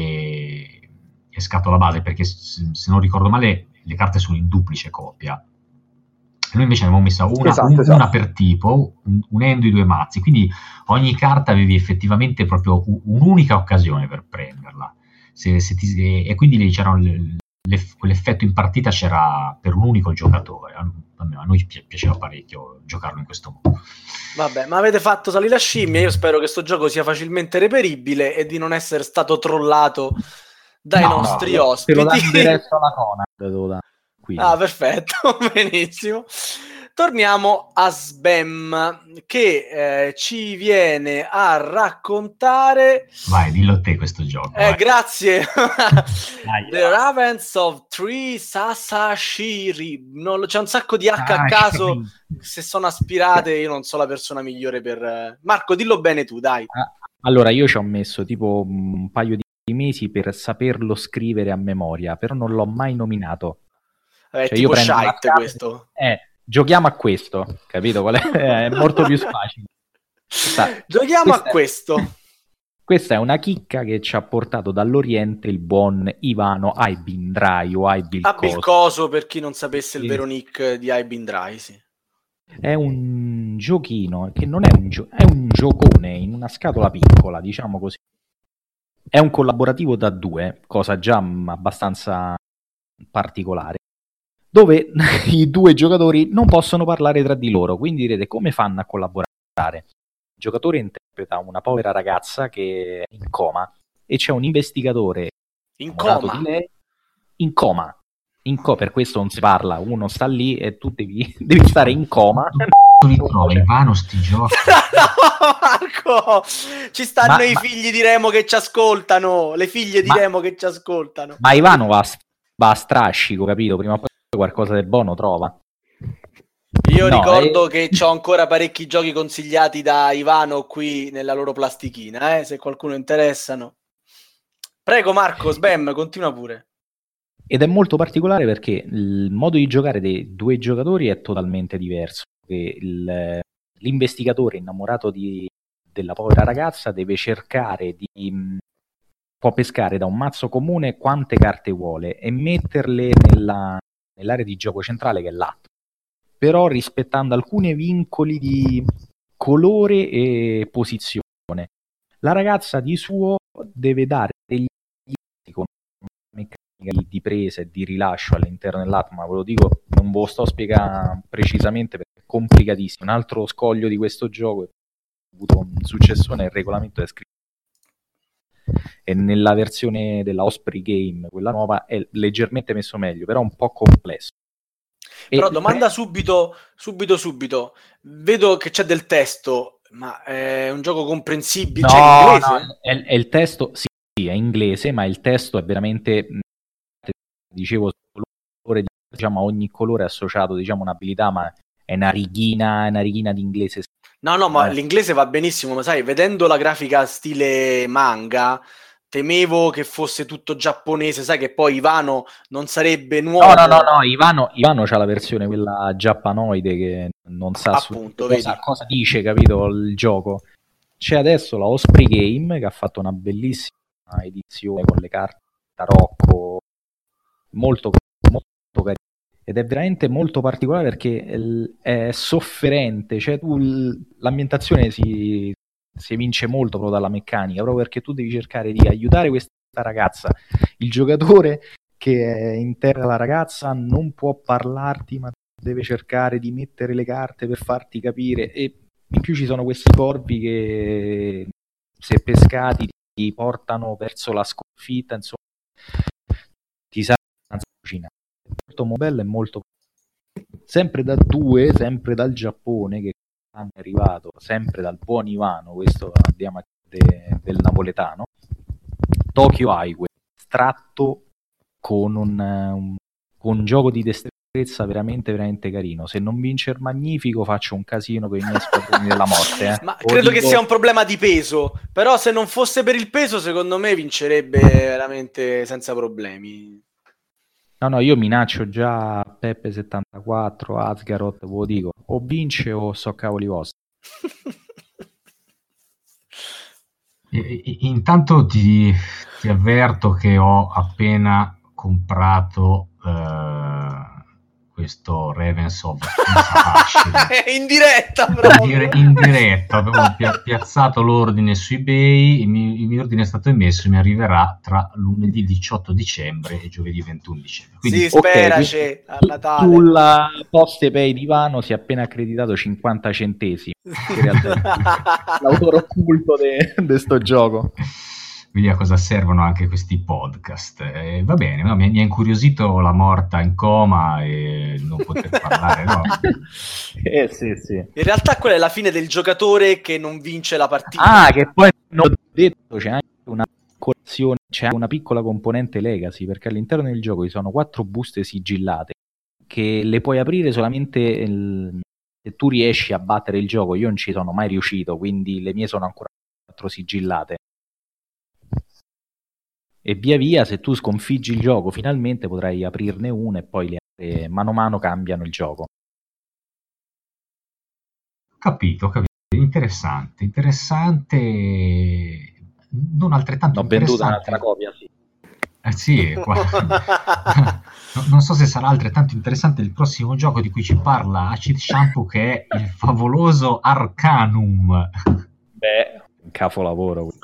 e, e scatola base, perché se, se non ricordo male le carte sono in duplice copia. Noi invece ne abbiamo messa una, esatto, un, esatto. una per tipo, un, unendo i due mazzi, quindi ogni carta avevi effettivamente proprio un, un'unica occasione per prenderla. Se, se ti, e quindi lì c'era le, le, quell'effetto in partita c'era per un unico giocatore. A, a noi pi- piaceva parecchio giocarlo in questo modo. Vabbè, ma avete fatto salire la scimmia, io spero che sto gioco sia facilmente reperibile e di non essere stato trollato dai no, nostri no, ospiti. Te lo dà in diretto alla Conad. Ah, perfetto, benissimo. Torniamo a Sbam, che eh, ci viene a raccontare... Vai, dillo te questo gioco. Eh, grazie. Dai, The Ravens of Three Sasashiri. Non, c'è un sacco di H a caso. Se sono aspirate, io non so la persona migliore per... Marco, dillo bene tu, dai. Allora, io ci ho messo tipo un paio di mesi per saperlo scrivere a memoria, però non l'ho mai nominato. È cioè, tipo io prendo shite questo. Eh, giochiamo a questo, capito? Qual è? È molto più facile. Questa, giochiamo questa a questo. È, questa è una chicca che ci ha portato dall'Oriente il buon Ivano Aibindrai o Aibilcoso. Abilcoso, per chi non sapesse il sì. vero nick di Aibindrai, sì. È un giochino che non è un gioco, è un giocone in una scatola piccola, diciamo così. È un collaborativo da due, cosa già abbastanza particolare. dove i due giocatori non possono parlare tra di loro. Quindi direte, come fanno a collaborare? Il giocatore interpreta una povera ragazza che è in coma e c'è un investigatore In innamorato coma. di lei in coma. In co- per questo non si parla, uno sta lì e tu devi, devi stare in coma. Li trova Ivano sti giochi. No, Marco, ci stanno Ma- i ma- figli di Remo che ci ascoltano, le figlie di Ma- Remo che ci ascoltano. Ma Ivano va, a st- va a strascico, capito? Prima o poi qualcosa del buono trova. Io No, ricordo eh. che ho ancora parecchi giochi consigliati da Ivano qui nella loro plastichina, eh, se qualcuno interessano. Prego Marco, Sbam, continua pure. Ed è molto particolare perché il modo di giocare dei due giocatori è totalmente diverso. Che il- l'investigatore innamorato di- della povera ragazza deve cercare di... mh, può pescare da un mazzo comune quante carte vuole e metterle nella- nell'area di gioco centrale che è l'atto, però rispettando alcuni vincoli di colore e posizione. La ragazza di suo deve dare degli aiuti con meccanica di- di presa e di rilascio all'interno dell'atto, ma ve lo dico, non ve lo sto a spiegare precisamente perché è complicatissimo. Un altro scoglio di questo gioco è che ha avuto un successone, il regolamento è scritto e nella versione della Osprey Game, quella nuova, è leggermente messo meglio, però un po' complesso. E Però domanda pre- subito, subito, subito. Vedo che c'è del testo, ma è un gioco comprensibile? No, C'è in inglese? no, è, è il testo, sì, sì, è inglese, ma il testo è veramente, mh, dicevo, colore, diciamo, a ogni colore è associato, diciamo, un'abilità, ma è una righina, è una righina di inglese. No, no, ma Eh. l'inglese va benissimo, ma sai, vedendo la grafica stile manga, temevo che fosse tutto giapponese, sai che poi Ivano non sarebbe nuovo. No, no, no, no, Ivano, Ivano c'ha la versione quella giappanoide che non sa Appunto, cosa, vedi. cosa dice, capito, il gioco. C'è adesso la Osprey Game che ha fatto una bellissima edizione con le carte tarocco molto, molto carina ed è veramente molto particolare perché il- è sofferente, cioè tu l- l'ambientazione si, si evince molto proprio dalla meccanica, proprio perché tu devi cercare di aiutare questa ragazza. Il giocatore che interroga la ragazza non può parlarti, ma deve cercare di mettere le carte per farti capire, e in più ci sono questi corvi che, se pescati, ti portano verso la sconfitta, insomma, ti sa una cucina. È molto bello e molto sempre da due, sempre dal Giappone, che è arrivato sempre dal buon Ivano, questo andiamo a de, del napoletano, Tokyo Highway, estratto con un, un, con un gioco di destrezza veramente veramente carino. Se non vince il Magnifico faccio un casino per i miei squadroni della morte, eh. Ma Lo credo dico- che sia un problema di peso, però se non fosse per il peso, secondo me vincerebbe veramente senza problemi. No, no, io minaccio già Peppe settantaquattro, Asgaroth, ve lo dico, o vince o so cavoli vostri. E- e- Intanto ti, ti avverto che ho appena comprato eh, questo Ravens of Kizahashi. In diretta, in, proprio. dire- in diretta abbiamo pia- piazzato l'ordine su eBay, il mio, il mio ordine è stato emesso e mi arriverà tra lunedì diciotto dicembre e giovedì ventuno dicembre. Quindi Sì, ok, speraci, quindi a su- Natale. Sulla poste pay di Ivano si è appena accreditato cinquanta centesimi, che in realtà è l'autore occulto di sto gioco. vedi a cosa servono anche questi podcast. Eh, va bene, no, mi, mi ha incuriosito la morta in coma e non poter parlare, no? Eh sì, sì. In realtà quella è la fine del giocatore che non vince la partita. Ah, che poi non ho detto, c'è anche una collezione, c'è anche una piccola componente legacy, perché all'interno del gioco ci sono quattro buste sigillate che le puoi aprire solamente il- se tu riesci a battere il gioco. Io non ci sono mai riuscito, quindi le mie sono ancora quattro sigillate. E via via, se tu sconfiggi il gioco, finalmente potrai aprirne una e poi le altre mano a mano cambiano il gioco. Capito, capito. Interessante, interessante. Non altrettanto Ho venduto interessante. un'altra copia, sì. Eh sì, qua- No- non so se sarà altrettanto interessante il prossimo gioco di cui ci parla Acid Shampoo, che è il favoloso Arcanum. Beh, un capolavoro.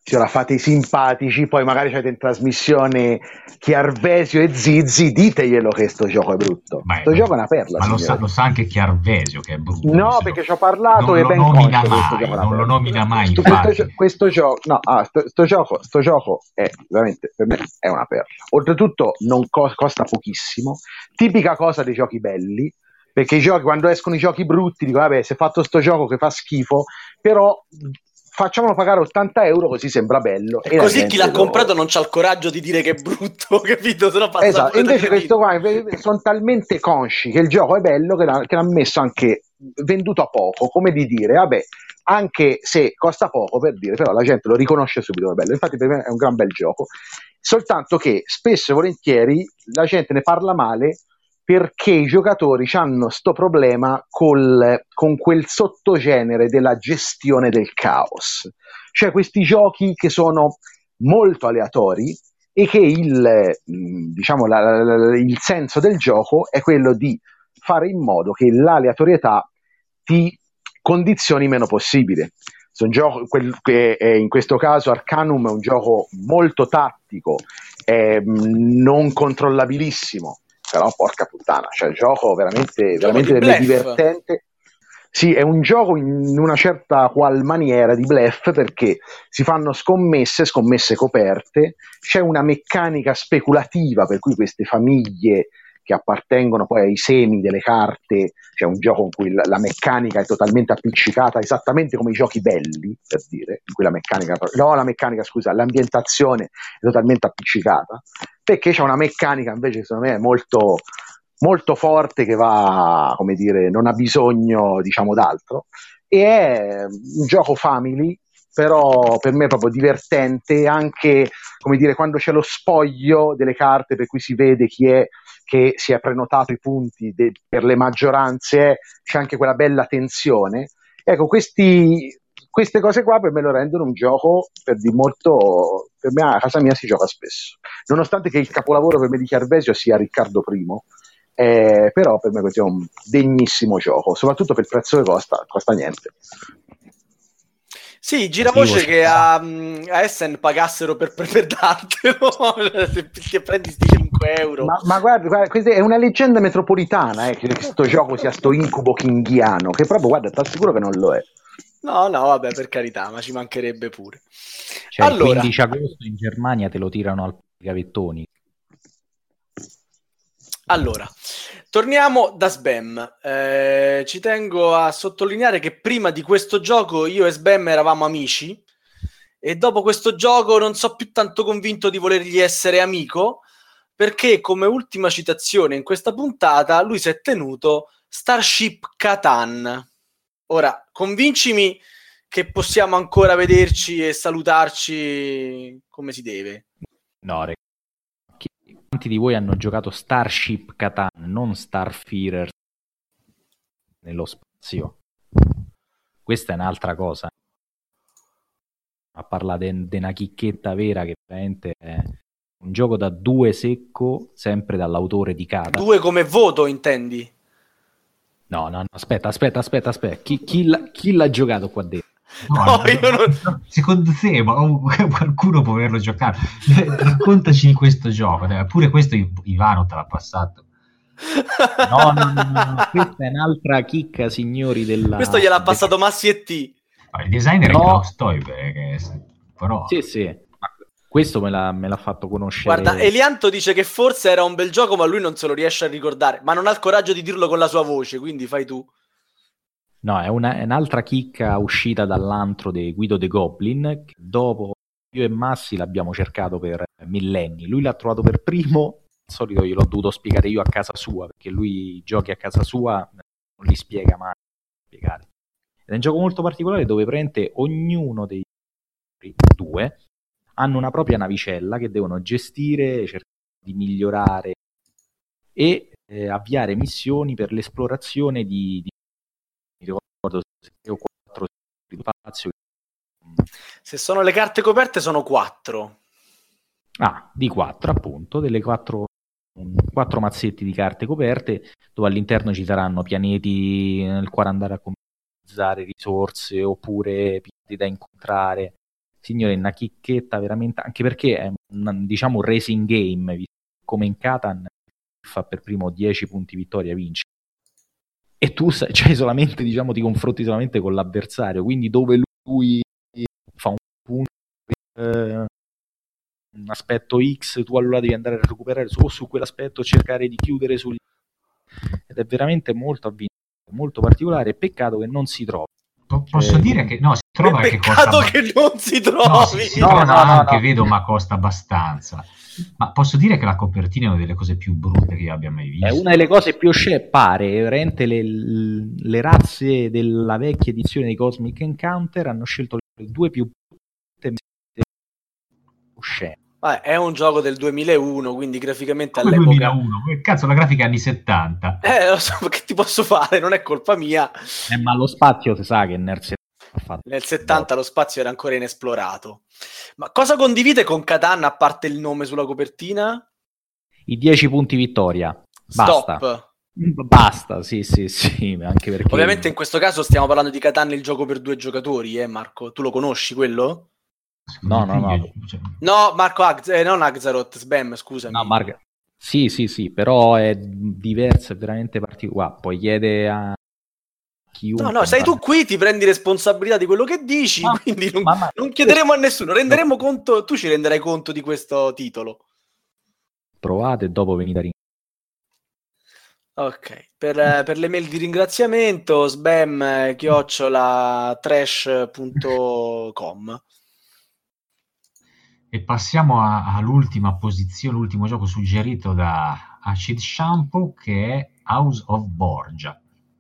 se la fate i simpatici, poi magari c'avete in trasmissione Chiarvesio e Zizzi, diteglielo che sto gioco è brutto. Beh, sto beh, gioco è una perla. Ma lo sa, lo sa anche Chiarvesio che è brutto. No, perché ci ho parlato non e lo ben nomina conscio mai, non lo nomina mai, Sto, questo, questo gioco, no, ah, sto, sto, gioco, sto gioco è veramente, per me è una perla. Oltretutto non co- costa pochissimo, tipica cosa dei giochi belli, perché i giochi, quando escono i giochi brutti, dico vabbè, si è fatto sto gioco che fa schifo, però facciamolo pagare ottanta euro così sembra bello. E così chi l'ha lo... comprato non c'ha il coraggio di dire che è brutto, capito? Se no passa esatto, invece questo qua sono talmente consci che il gioco è bello che, l'ha, che l'ha messo anche venduto a poco, come di dire, vabbè, anche se costa poco, per dire, però la gente lo riconosce subito come bello. Infatti per me è un gran bel gioco, soltanto che spesso e volentieri la gente ne parla male perché i giocatori hanno sto problema col, con quel sottogenere della gestione del caos, cioè questi giochi che sono molto aleatori e che il, diciamo, la, la, la, il senso del gioco è quello di fare in modo che l'aleatorietà ti condizioni meno possibile. Un gioco, quel, che è, in questo caso Arcanum è un gioco molto tattico, è non controllabilissimo, però porca puttana, cioè il gioco veramente, gioco veramente di divertente. Sì, è un gioco in una certa qual maniera di bluff, perché si fanno scommesse, scommesse coperte, c'è una meccanica speculativa per cui queste famiglie che appartengono poi ai semi delle carte, c'è un gioco in cui la, la meccanica è totalmente appiccicata, esattamente come i giochi belli, per dire, in cui la meccanica, no la meccanica scusa, l'ambientazione è totalmente appiccicata, perché c'è una meccanica invece secondo me è molto, molto forte, che va, come dire, non ha bisogno diciamo d'altro, e è un gioco family, però per me è proprio divertente, anche come dire quando c'è lo spoglio delle carte per cui si vede chi è che si è prenotato i punti de- per le maggioranze, c'è anche quella bella tensione. Ecco, questi, queste cose qua per me lo rendono un gioco per di molto, per me a casa mia si gioca spesso, nonostante che il capolavoro per me di Chiarvesio sia Riccardo primo, eh, però per me questo è un degnissimo gioco, soprattutto per il prezzo che costa, costa niente. Sì, gira voce che a, a Essen pagassero per, per, per dartelo, se ti prendi sti cinque euro. Ma, ma guarda, guarda, questa è una leggenda metropolitana, eh, che questo gioco sia sto incubo kinghiano, che proprio, guarda, ti assicuro che non lo è. No, no, vabbè, per carità, ma ci mancherebbe pure. Cioè, allora, il quindici agosto in Germania te lo tirano al gavettoni. Allora, torniamo da Sbam. Eh, ci tengo a sottolineare che prima di questo gioco io e Sbam eravamo amici e dopo questo gioco non so più tanto convinto di volergli essere amico, perché come ultima citazione in questa puntata lui si è tenuto Starship Catan. Ora, convincimi che possiamo ancora vederci e salutarci come si deve. No, ragazzi. Quanti di voi hanno giocato Starship Catan, non Starfighter nello spazio? Questa è un'altra cosa. A parlare di una chicchetta vera che veramente è un gioco da due secco, sempre dall'autore di Catan. Due come voto, intendi? No, no, no, aspetta, aspetta, aspetta, aspetta. Chi, chi, l'ha, chi l'ha giocato qua dentro? No, no, io non... Secondo te, ma qualcuno può averlo giocato? Raccontaci di questo gioco. Pure questo Ivano te l'ha passato. No, no, no, no, no. Questa è un'altra chicca, signori. Della... Questo gliel'ha passato Massi e T. Il designer no. È Klaus Teuber, che però... Sì, sì. Questo me l'ha, me l'ha fatto conoscere. Guarda, Elianto dice che forse era un bel gioco, ma lui non se lo riesce a ricordare. Ma non ha il coraggio di dirlo con la sua voce, quindi fai tu. No, è, una, è un'altra chicca uscita dall'antro di Guido De Goblin, che dopo io e Massi l'abbiamo cercato per millenni. Lui l'ha trovato per primo, al solito gliel'ho dovuto spiegare io a casa sua, perché lui i giochi a casa sua non li spiega mai. Spiegare. Ed è un gioco molto particolare dove praticamente ognuno dei due hanno una propria navicella che devono gestire, cercare di migliorare e eh, avviare missioni per l'esplorazione di... di o quattro spazio. Se sono le carte coperte sono quattro. Ah, di quattro appunto, delle quattro, quattro mazzetti di carte coperte dove all'interno ci saranno pianeti nel quale andare a commissariare risorse oppure pianeti da incontrare signore, una chicchetta veramente, anche perché è un, diciamo un racing game, come in Catan fa per primo dieci punti vittoria vince, e tu sai, cioè, solamente, diciamo, ti confronti solamente con l'avversario, quindi dove lui fa un punto eh, un aspetto X, tu allora devi andare a recuperare su, o su quell'aspetto, cercare di chiudere sul, ed è veramente molto avvincente, molto particolare. Peccato che non si trova. Po- posso Cioè, dire che no, si trova, che peccato costa che non si trovi. no, si, si No, trova no, no, anche, no. vedo, ma costa abbastanza. Ma posso dire che la copertina è una delle cose più brutte che io abbia mai visto. è una delle cose più oscene, pare veramente le, le razze della vecchia edizione di Cosmic Encounter hanno scelto le due più brutte oscene. Vabbè, è un gioco del duemilauno, quindi graficamente Come all'epoca duemilauno, che cazzo, la grafica è anni settanta. eh lo so, che ti posso fare, non è colpa mia. Eh, ma lo spazio si sa che nel settanta ha fatto. Nel settanta lo spazio era ancora inesplorato. Ma cosa condivide con Catan a parte il nome sulla copertina? I dieci punti vittoria. Basta. Stop. Basta, sì, sì, sì, anche perché Ovviamente in questo caso stiamo parlando di Catan, il gioco per due giocatori, eh Marco? Tu lo conosci quello? No, no, no. Cioè, No, Marco, Ag- eh, non Axaroth, Sbam, scusami. No, Marga. Sì, sì, sì, però è diverso, è veramente particolare. Poi chiede a chiunque. No, no, sei tu qui, ti prendi responsabilità di quello che dici, Ma- quindi non, ma- ma- non chiederemo a nessuno, renderemo conto, tu ci renderai conto di questo titolo. Provate e dopo venite a ringraziare. Ok, per, eh, per le mail di ringraziamento, sbam eh, chiocciola trash punto com. E passiamo a- all'ultima posizione, l'ultimo gioco suggerito da Acid Shampoo, che è House of Borgia.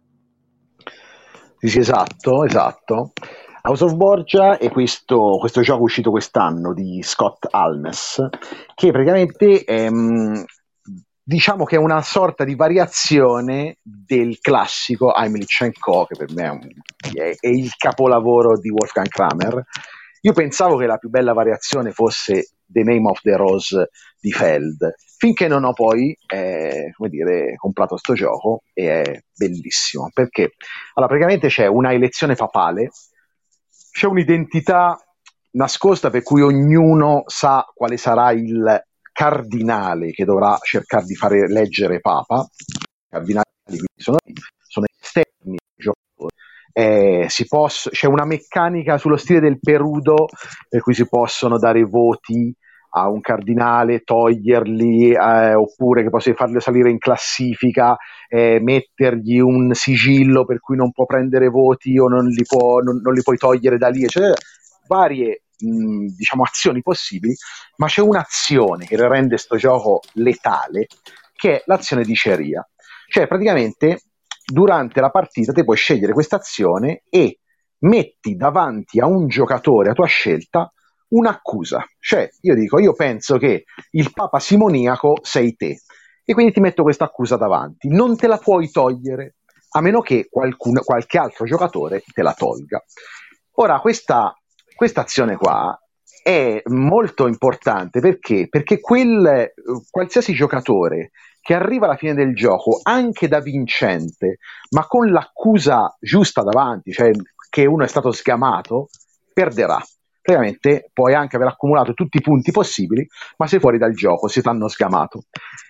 Sì, sì, esatto, esatto. House of Borgia è questo, questo gioco uscito quest'anno di Scott Alness, che praticamente è, mh, diciamo che è una sorta di variazione del classico Heimlich and Co, che per me è, un, è, è il capolavoro di Wolfgang Kramer. Io pensavo che la più bella variazione fosse The Name of the Rose di Feld, finché non ho poi eh, come dire, comprato sto gioco, e è bellissimo, perché allora, praticamente c'è una elezione papale, c'è un'identità nascosta per cui ognuno sa quale sarà il cardinale che dovrà cercare di fare eleggere Papa. I cardinali quindi sono, sono esterni ai giocatori. Eh, si posso, c'è una meccanica sullo stile del Perudo per cui si possono dare voti a un cardinale, toglierli, eh, oppure che posso farlo salire in classifica, eh, mettergli un sigillo per cui non può prendere voti o non li, può, non, non li puoi togliere da lì, eccetera. Varie mh, diciamo azioni possibili, ma c'è un'azione che rende sto gioco letale, che è l'azione di Ceria. Cioè praticamente durante la partita te puoi scegliere questa azione e metti davanti a un giocatore a tua scelta un'accusa, cioè io dico, io penso che il Papa simoniaco sei te, e quindi ti metto questa accusa davanti, non te la puoi togliere a meno che qualcun, qualche altro giocatore te la tolga. Ora questa, questa azione qua è molto importante perché, perché quel, qualsiasi giocatore che arriva alla fine del gioco anche da vincente ma con l'accusa giusta davanti, cioè che uno è stato sgamato, perderà. Praticamente puoi anche aver accumulato tutti i punti possibili, ma sei fuori dal gioco, se ti hanno sgamato.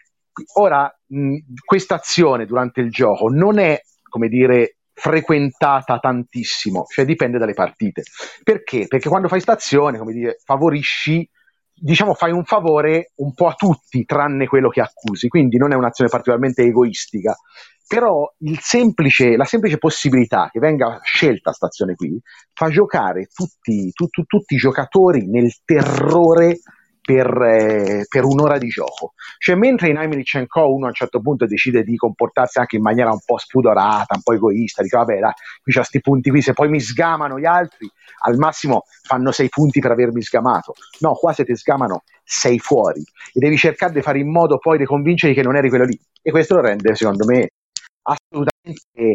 Ora, questa azione durante il gioco non è, come dire, frequentata tantissimo, cioè dipende dalle partite. Perché? Perché quando fai sta azione, come dire, favorisci, diciamo, fai un favore un po' a tutti, tranne quello che accusi, quindi non è un'azione particolarmente egoistica. Però il semplice, la semplice possibilità che venga scelta sta azione qui fa giocare tutti, tu, tu, tutti i giocatori nel terrore per, eh, per un'ora di gioco. Cioè mentre in Heimlich and Co uno a un certo punto decide di comportarsi anche in maniera un po' spudorata, un po' egoista, dice vabbè dai, qui c'ho sti punti qui, se poi mi sgamano gli altri al massimo fanno sei punti per avermi sgamato. No, qua se ti sgamano sei fuori e devi cercare di fare in modo poi di convincerli che non eri quello lì, e questo lo rende secondo me assolutamente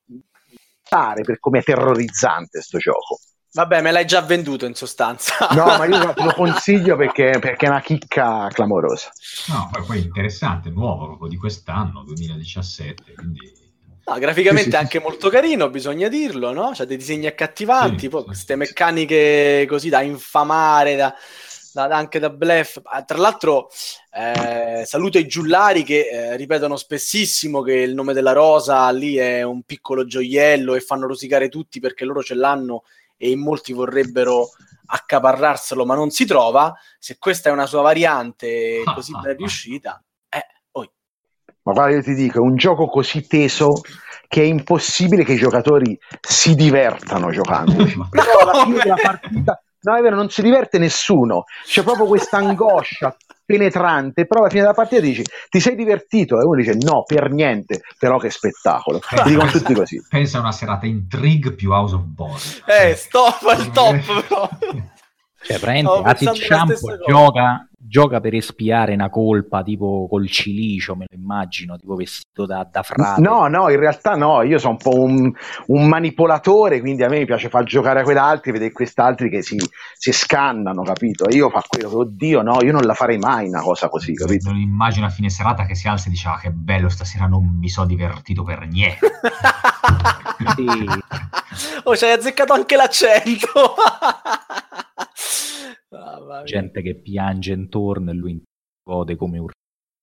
per come è terrorizzante sto gioco. Vabbè, me l'hai già venduto in sostanza. No, ma io te lo consiglio perché, perché è una chicca clamorosa. No, poi, poi interessante, nuovo, proprio di quest'anno, duemiladiciassette, quindi No, graficamente Sì, sì, è anche sì. molto carino, bisogna dirlo, no? C'ha dei disegni accattivanti, Sì, poi sì, queste sì. meccaniche così da infamare, da, da- anche da bluff. Ah, tra l'altro, eh, saluto i giullari che eh, ripetono spessissimo che il nome della rosa lì è un piccolo gioiello e fanno rosicare tutti perché loro ce l'hanno e in molti vorrebbero accaparrarselo, ma non si trova. Se questa è una sua variante così ben riuscita, eh, oi. Ma guarda, io ti dico, è un gioco così teso che è impossibile che i giocatori si divertano giocandoci. Ma- Però alla fine come? della partita, no, è vero, non si diverte nessuno. C'è proprio questa angoscia penetrante, però alla fine della partita dici, ti sei divertito? E uno dice, no, per niente, però che spettacolo. Ti dicono tutti così. Pensa a una serata Intrigue più House of Board. Eh, stop al top, però. Cioè, Stavo praticamente pensando la Attichamp stessa cosa. gioca, gioca per espiare una colpa, tipo col cilicio, me lo immagino, tipo vestito da, da frate. No, no, in realtà no, io sono un po' un, un manipolatore, quindi a me piace far giocare a quell'altri, vedere quest'altri che si, si scannano, capito? Io fa quello che, oddio, no, io non la farei mai una cosa così, capito? Non immagino a fine serata che si alza e dice: ah, che bello, stasera non mi so divertito per niente. Sì. Oh, ci hai azzeccato anche l'accento. Ah, va bene. Gente che piange intorno e lui gode come un...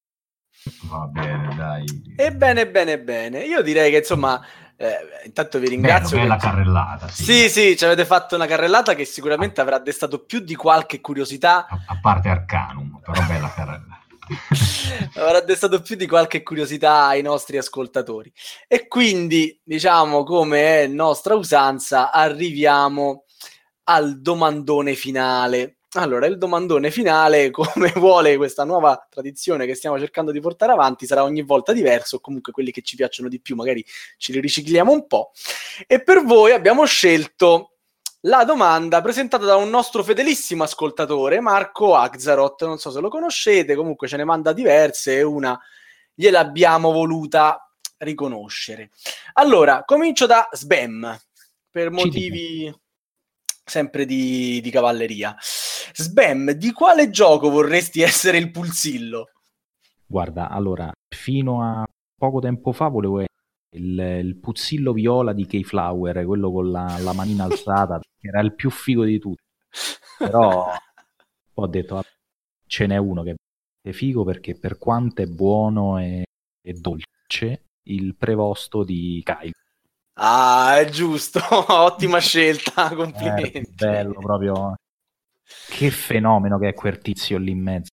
Va bene, dai. Ebbene, bene, bene. Io direi che insomma, eh, intanto vi Bello, ringrazio. bella perché- carrellata. Sì, Sì, sì, ci avete fatto una carrellata che sicuramente avrà destato più di qualche curiosità. A, a parte Arcanum, però bella carrellata. Avrà destato più di qualche curiosità ai nostri ascoltatori. E quindi, diciamo, come è nostra usanza, arriviamo al domandone finale. Allora, il domandone finale, come vuole questa nuova tradizione che stiamo cercando di portare avanti, sarà ogni volta diverso, o comunque quelli che ci piacciono di più magari ci li ricicliamo un po'. E per voi abbiamo scelto la domanda presentata da un nostro fedelissimo ascoltatore, Marco Axaroth. Non so se lo conoscete, comunque ce ne manda diverse e una gliel'abbiamo voluta riconoscere. Allora, comincio da Sbam, per Ci motivi sempre di, di cavalleria. Sbam, di quale gioco vorresti essere il pulsillo? Guarda, allora, fino a poco tempo fa volevo essere il, il puzzillo viola di Keyflower, quello con la, la manina alzata, che era il più figo di tutti. Però ho detto, vabbè, ce n'è uno che è figo perché per quanto è buono e, e dolce, il prevosto di Kyle. Ah, è giusto, ottima scelta, Eh, complimenti. bello proprio. Che fenomeno che è quel tizio lì in mezzo.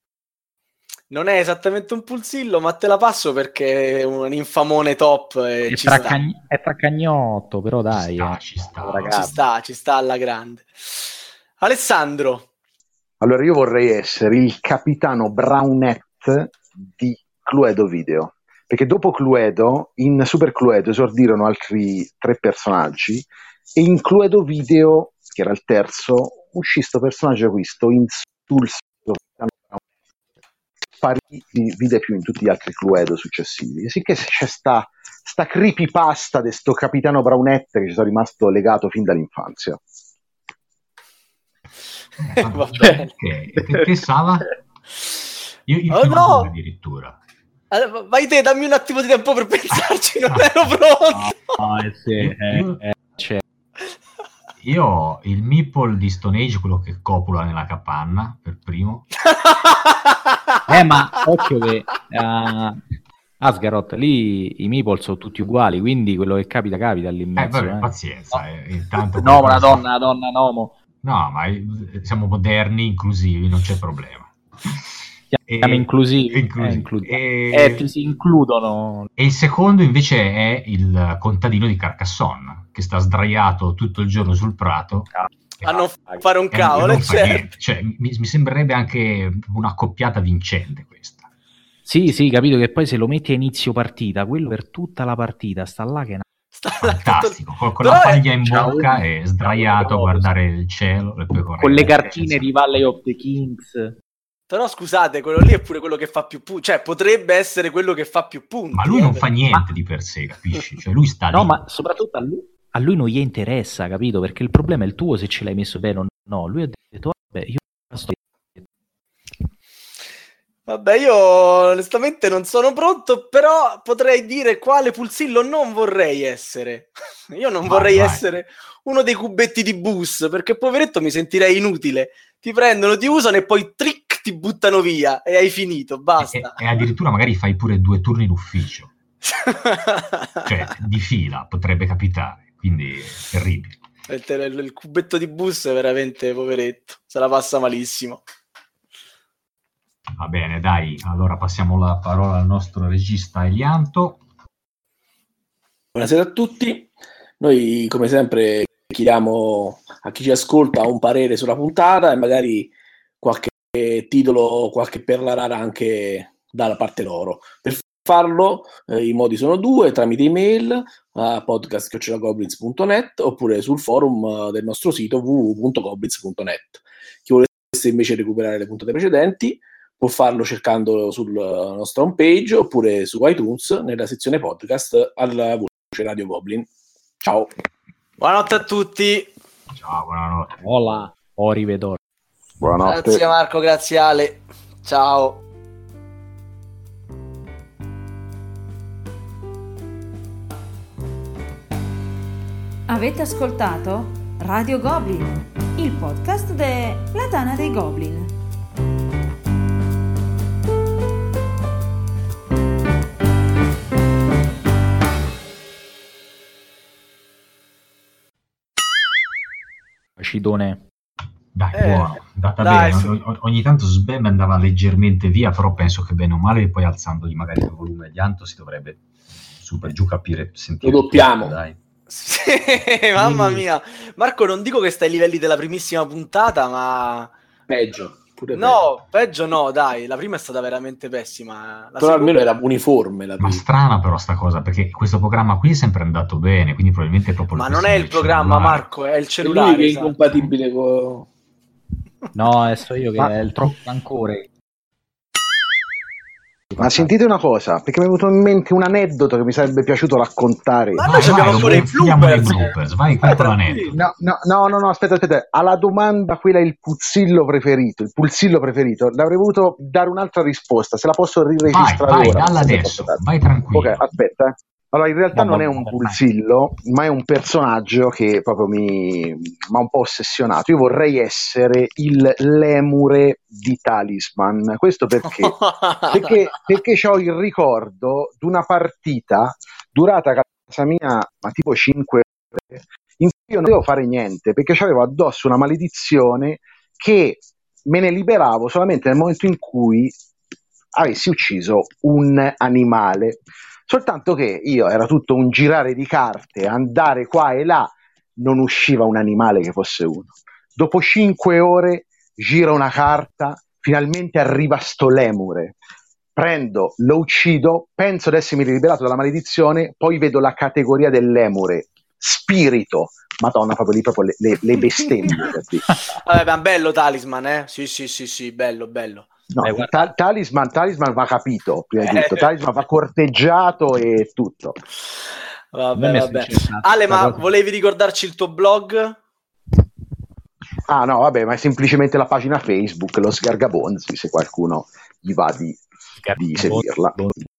Non è esattamente un pulsillo, ma te la passo perché è un infamone top e È, ci sta. tracagn- è traccagnotto, però dai. Ci sta, eh. ci sta. Ragazzi. Ci sta, ci sta alla grande. Alessandro, Allora io vorrei essere il capitano Brownette di Cluedo Video, perché dopo Cluedo, in Super Cluedo esordirono altri tre personaggi e in Cluedo Video, che era il terzo, uscì sto personaggio qui, sto insulso, sparì, vide più in tutti gli altri Cluedo successivi, sicché c'è sta, sta creepypasta di sto capitano Brownette che ci sono rimasto legato fin dall'infanzia. Eh, Va ok, bene. che, che Sava? Io, io Oh, ci no! mando addirittura. Allora, vai te, dammi un attimo di tempo per pensarci, non ero pronto. No, eh sì, eh, Io- eh, c'è. Io ho il meeple di Stone Age, quello che copula nella capanna, per primo. Eh, ma occhio che uh, Asgaroth, lì i meeple sono tutti uguali, quindi quello che capita capita lì in Eh, mezzo. vabbè, eh. pazienza. eh, intanto No, qualcosa- la donna, la donna, no. No, ma eh, siamo moderni, inclusivi, non c'è problema. Siamo E- inclusivi. inclusivi. Eh, includi- E- eh, ti si includono. E il secondo invece è il contadino di Carcassonne, che sta sdraiato tutto il giorno sul prato. A non fare un e cavolo, non fa certo. niente. Cioè, mi, mi sembrerebbe anche un'accoppiata vincente questa. Sì, sì, capito che poi se lo metti a inizio partita, quello per tutta la partita sta là che è una... Sta là tutto- Fantastico, con, con Però la è- paglia in Ciao. bocca e sdraiato a guardare il cielo. E poi con le correre. cartine di Valley of the Kings. Però scusate, quello lì è pure quello che fa più punti. Cioè, potrebbe essere quello che fa più punti. Ma lui eh, non per- fa niente di per sé, capisci? Cioè, lui sta No, lì. ma soprattutto a lui, a lui non gli interessa, capito? Perché il problema è il tuo se ce l'hai messo bene o no. Lui ha detto, vabbè, io sto... Vabbè, io onestamente non sono pronto, però potrei dire quale pulsillo non vorrei essere. Io non Vai, vorrei vai. essere uno dei cubetti di bus, perché poveretto mi sentirei inutile. Ti prendono, ti usano e poi trick ti buttano via e hai finito, E, basta. e addirittura magari fai pure due turni d'ufficio, cioè di fila potrebbe capitare, quindi terribile. il, il, il cubetto di bus è veramente poveretto, se la passa malissimo. Va bene, dai, allora passiamo la parola al nostro regista Elianto. Buonasera a tutti. Noi, come sempre, chiediamo a chi ci ascolta un parere sulla puntata e magari qualche titolo, qualche perla rara anche dalla parte loro. Per farlo, eh, i modi sono due: tramite email a podcast chiocciola goblins punto net oppure sul forum del nostro sito w w w punto goblins punto net. Chi volesse invece recuperare le puntate precedenti può farlo cercando sul nostro homepage oppure su iTunes nella sezione podcast alla voce Radio Goblin. Ciao. Buonanotte a tutti. Ciao, buonanotte. Hola, o rivedor. Buonanotte. Grazie Marco, grazie Ale. Ciao. Avete ascoltato Radio Goblin, il podcast della Tana dei Goblin. Acidone. Dai, Eh, buono, andata dai, bene. su. Ogni, ogni tanto Sbem andava leggermente via, però penso che bene o male, poi alzandogli magari il volume agli Anto si dovrebbe su per giù capire, sentire. Lo doppiamo. tutto, dai. Sì, mamma mia. Marco, non dico che stai ai livelli della primissima puntata, ma Peggio. Pure no, peggio no, dai, la prima è stata veramente pessima. La peggio. Però almeno seconda- era uniforme la Ma prima. strana però sta cosa, perché questo programma qui è sempre andato bene, quindi probabilmente è proprio Ma la non è il questione del programma, cellulare. Marco, è il È cellulare. lui che è esatto. incompatibile con... No, è so io che Ma- è il troppo rancore. Ma sentite una cosa, perché mi è venuto in mente un aneddoto che mi sarebbe piaciuto raccontare. Ma Vai, noi ci abbiamo vai, ancora lo i gonfiamo nei bloopers. bloopers, vai, Vai, con l'aneddoto. tranquillo. No, no, no, no, no, aspetta, aspetta. Alla domanda, quella è il pulsillo preferito. Il pulsillo preferito, l'avrei voluto dare un'altra risposta. Se la posso Vai, riregistrare vai, ora. dalla se adesso, posso dare. vai tranquillo. Ok, aspetta. eh. Allora, in realtà No, non è vabbè, un vabbè. pulsillo, ma è un personaggio che proprio mi mi ha un po' ossessionato. Io vorrei essere il lemure di Talisman. Questo perché? perché, perché ho il ricordo di una partita durata a casa mia ma tipo cinque ore in cui io non dovevo fare niente perché avevo addosso una maledizione che me ne liberavo solamente nel momento in cui avessi ucciso un animale, soltanto che io era tutto un girare di carte, andare qua e là, non usciva un animale che fosse uno. Dopo cinque ore giro una carta, finalmente arriva sto lemure, prendo, lo uccido, penso di essermi liberato dalla maledizione, poi vedo la categoria del lemure, spirito, madonna, proprio lì proprio le, le, le bestemmie. per dire. Vabbè, ma bello Talisman, eh? Sì, sì, sì, sì, bello, bello. No, Eh, guarda- ta- talisman, talisman va capito, prima di Eh. tutto, talisman va corteggiato e tutto. A me Vabbè, mi è vabbè. successa Ale, questa ma cosa. volevi ricordarci il tuo blog? Ah no, vabbè, ma è semplicemente la pagina Facebook, lo Sgargabonzi, se qualcuno gli va di, di seguirla.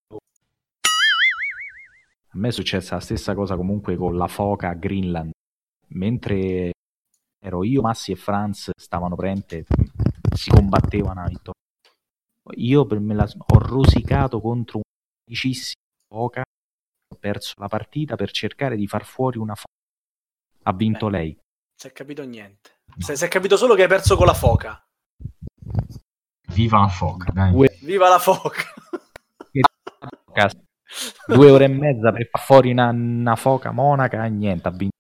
A me è successa la stessa cosa comunque con la foca a Greenland. Mentre ero io, Massi e Franz stavano prente, si combattevano a vittoria. Io per me la, ho rosicato contro un'amicissima foca, ho perso la partita per cercare di far fuori una foca. Ha vinto Beh. lei. Non si è capito niente. Si si è capito solo che hai perso con la foca. Viva la foca, dai. Due, Viva la foca! due ore e mezza per far fuori una, una foca monaca e niente, ha vinto.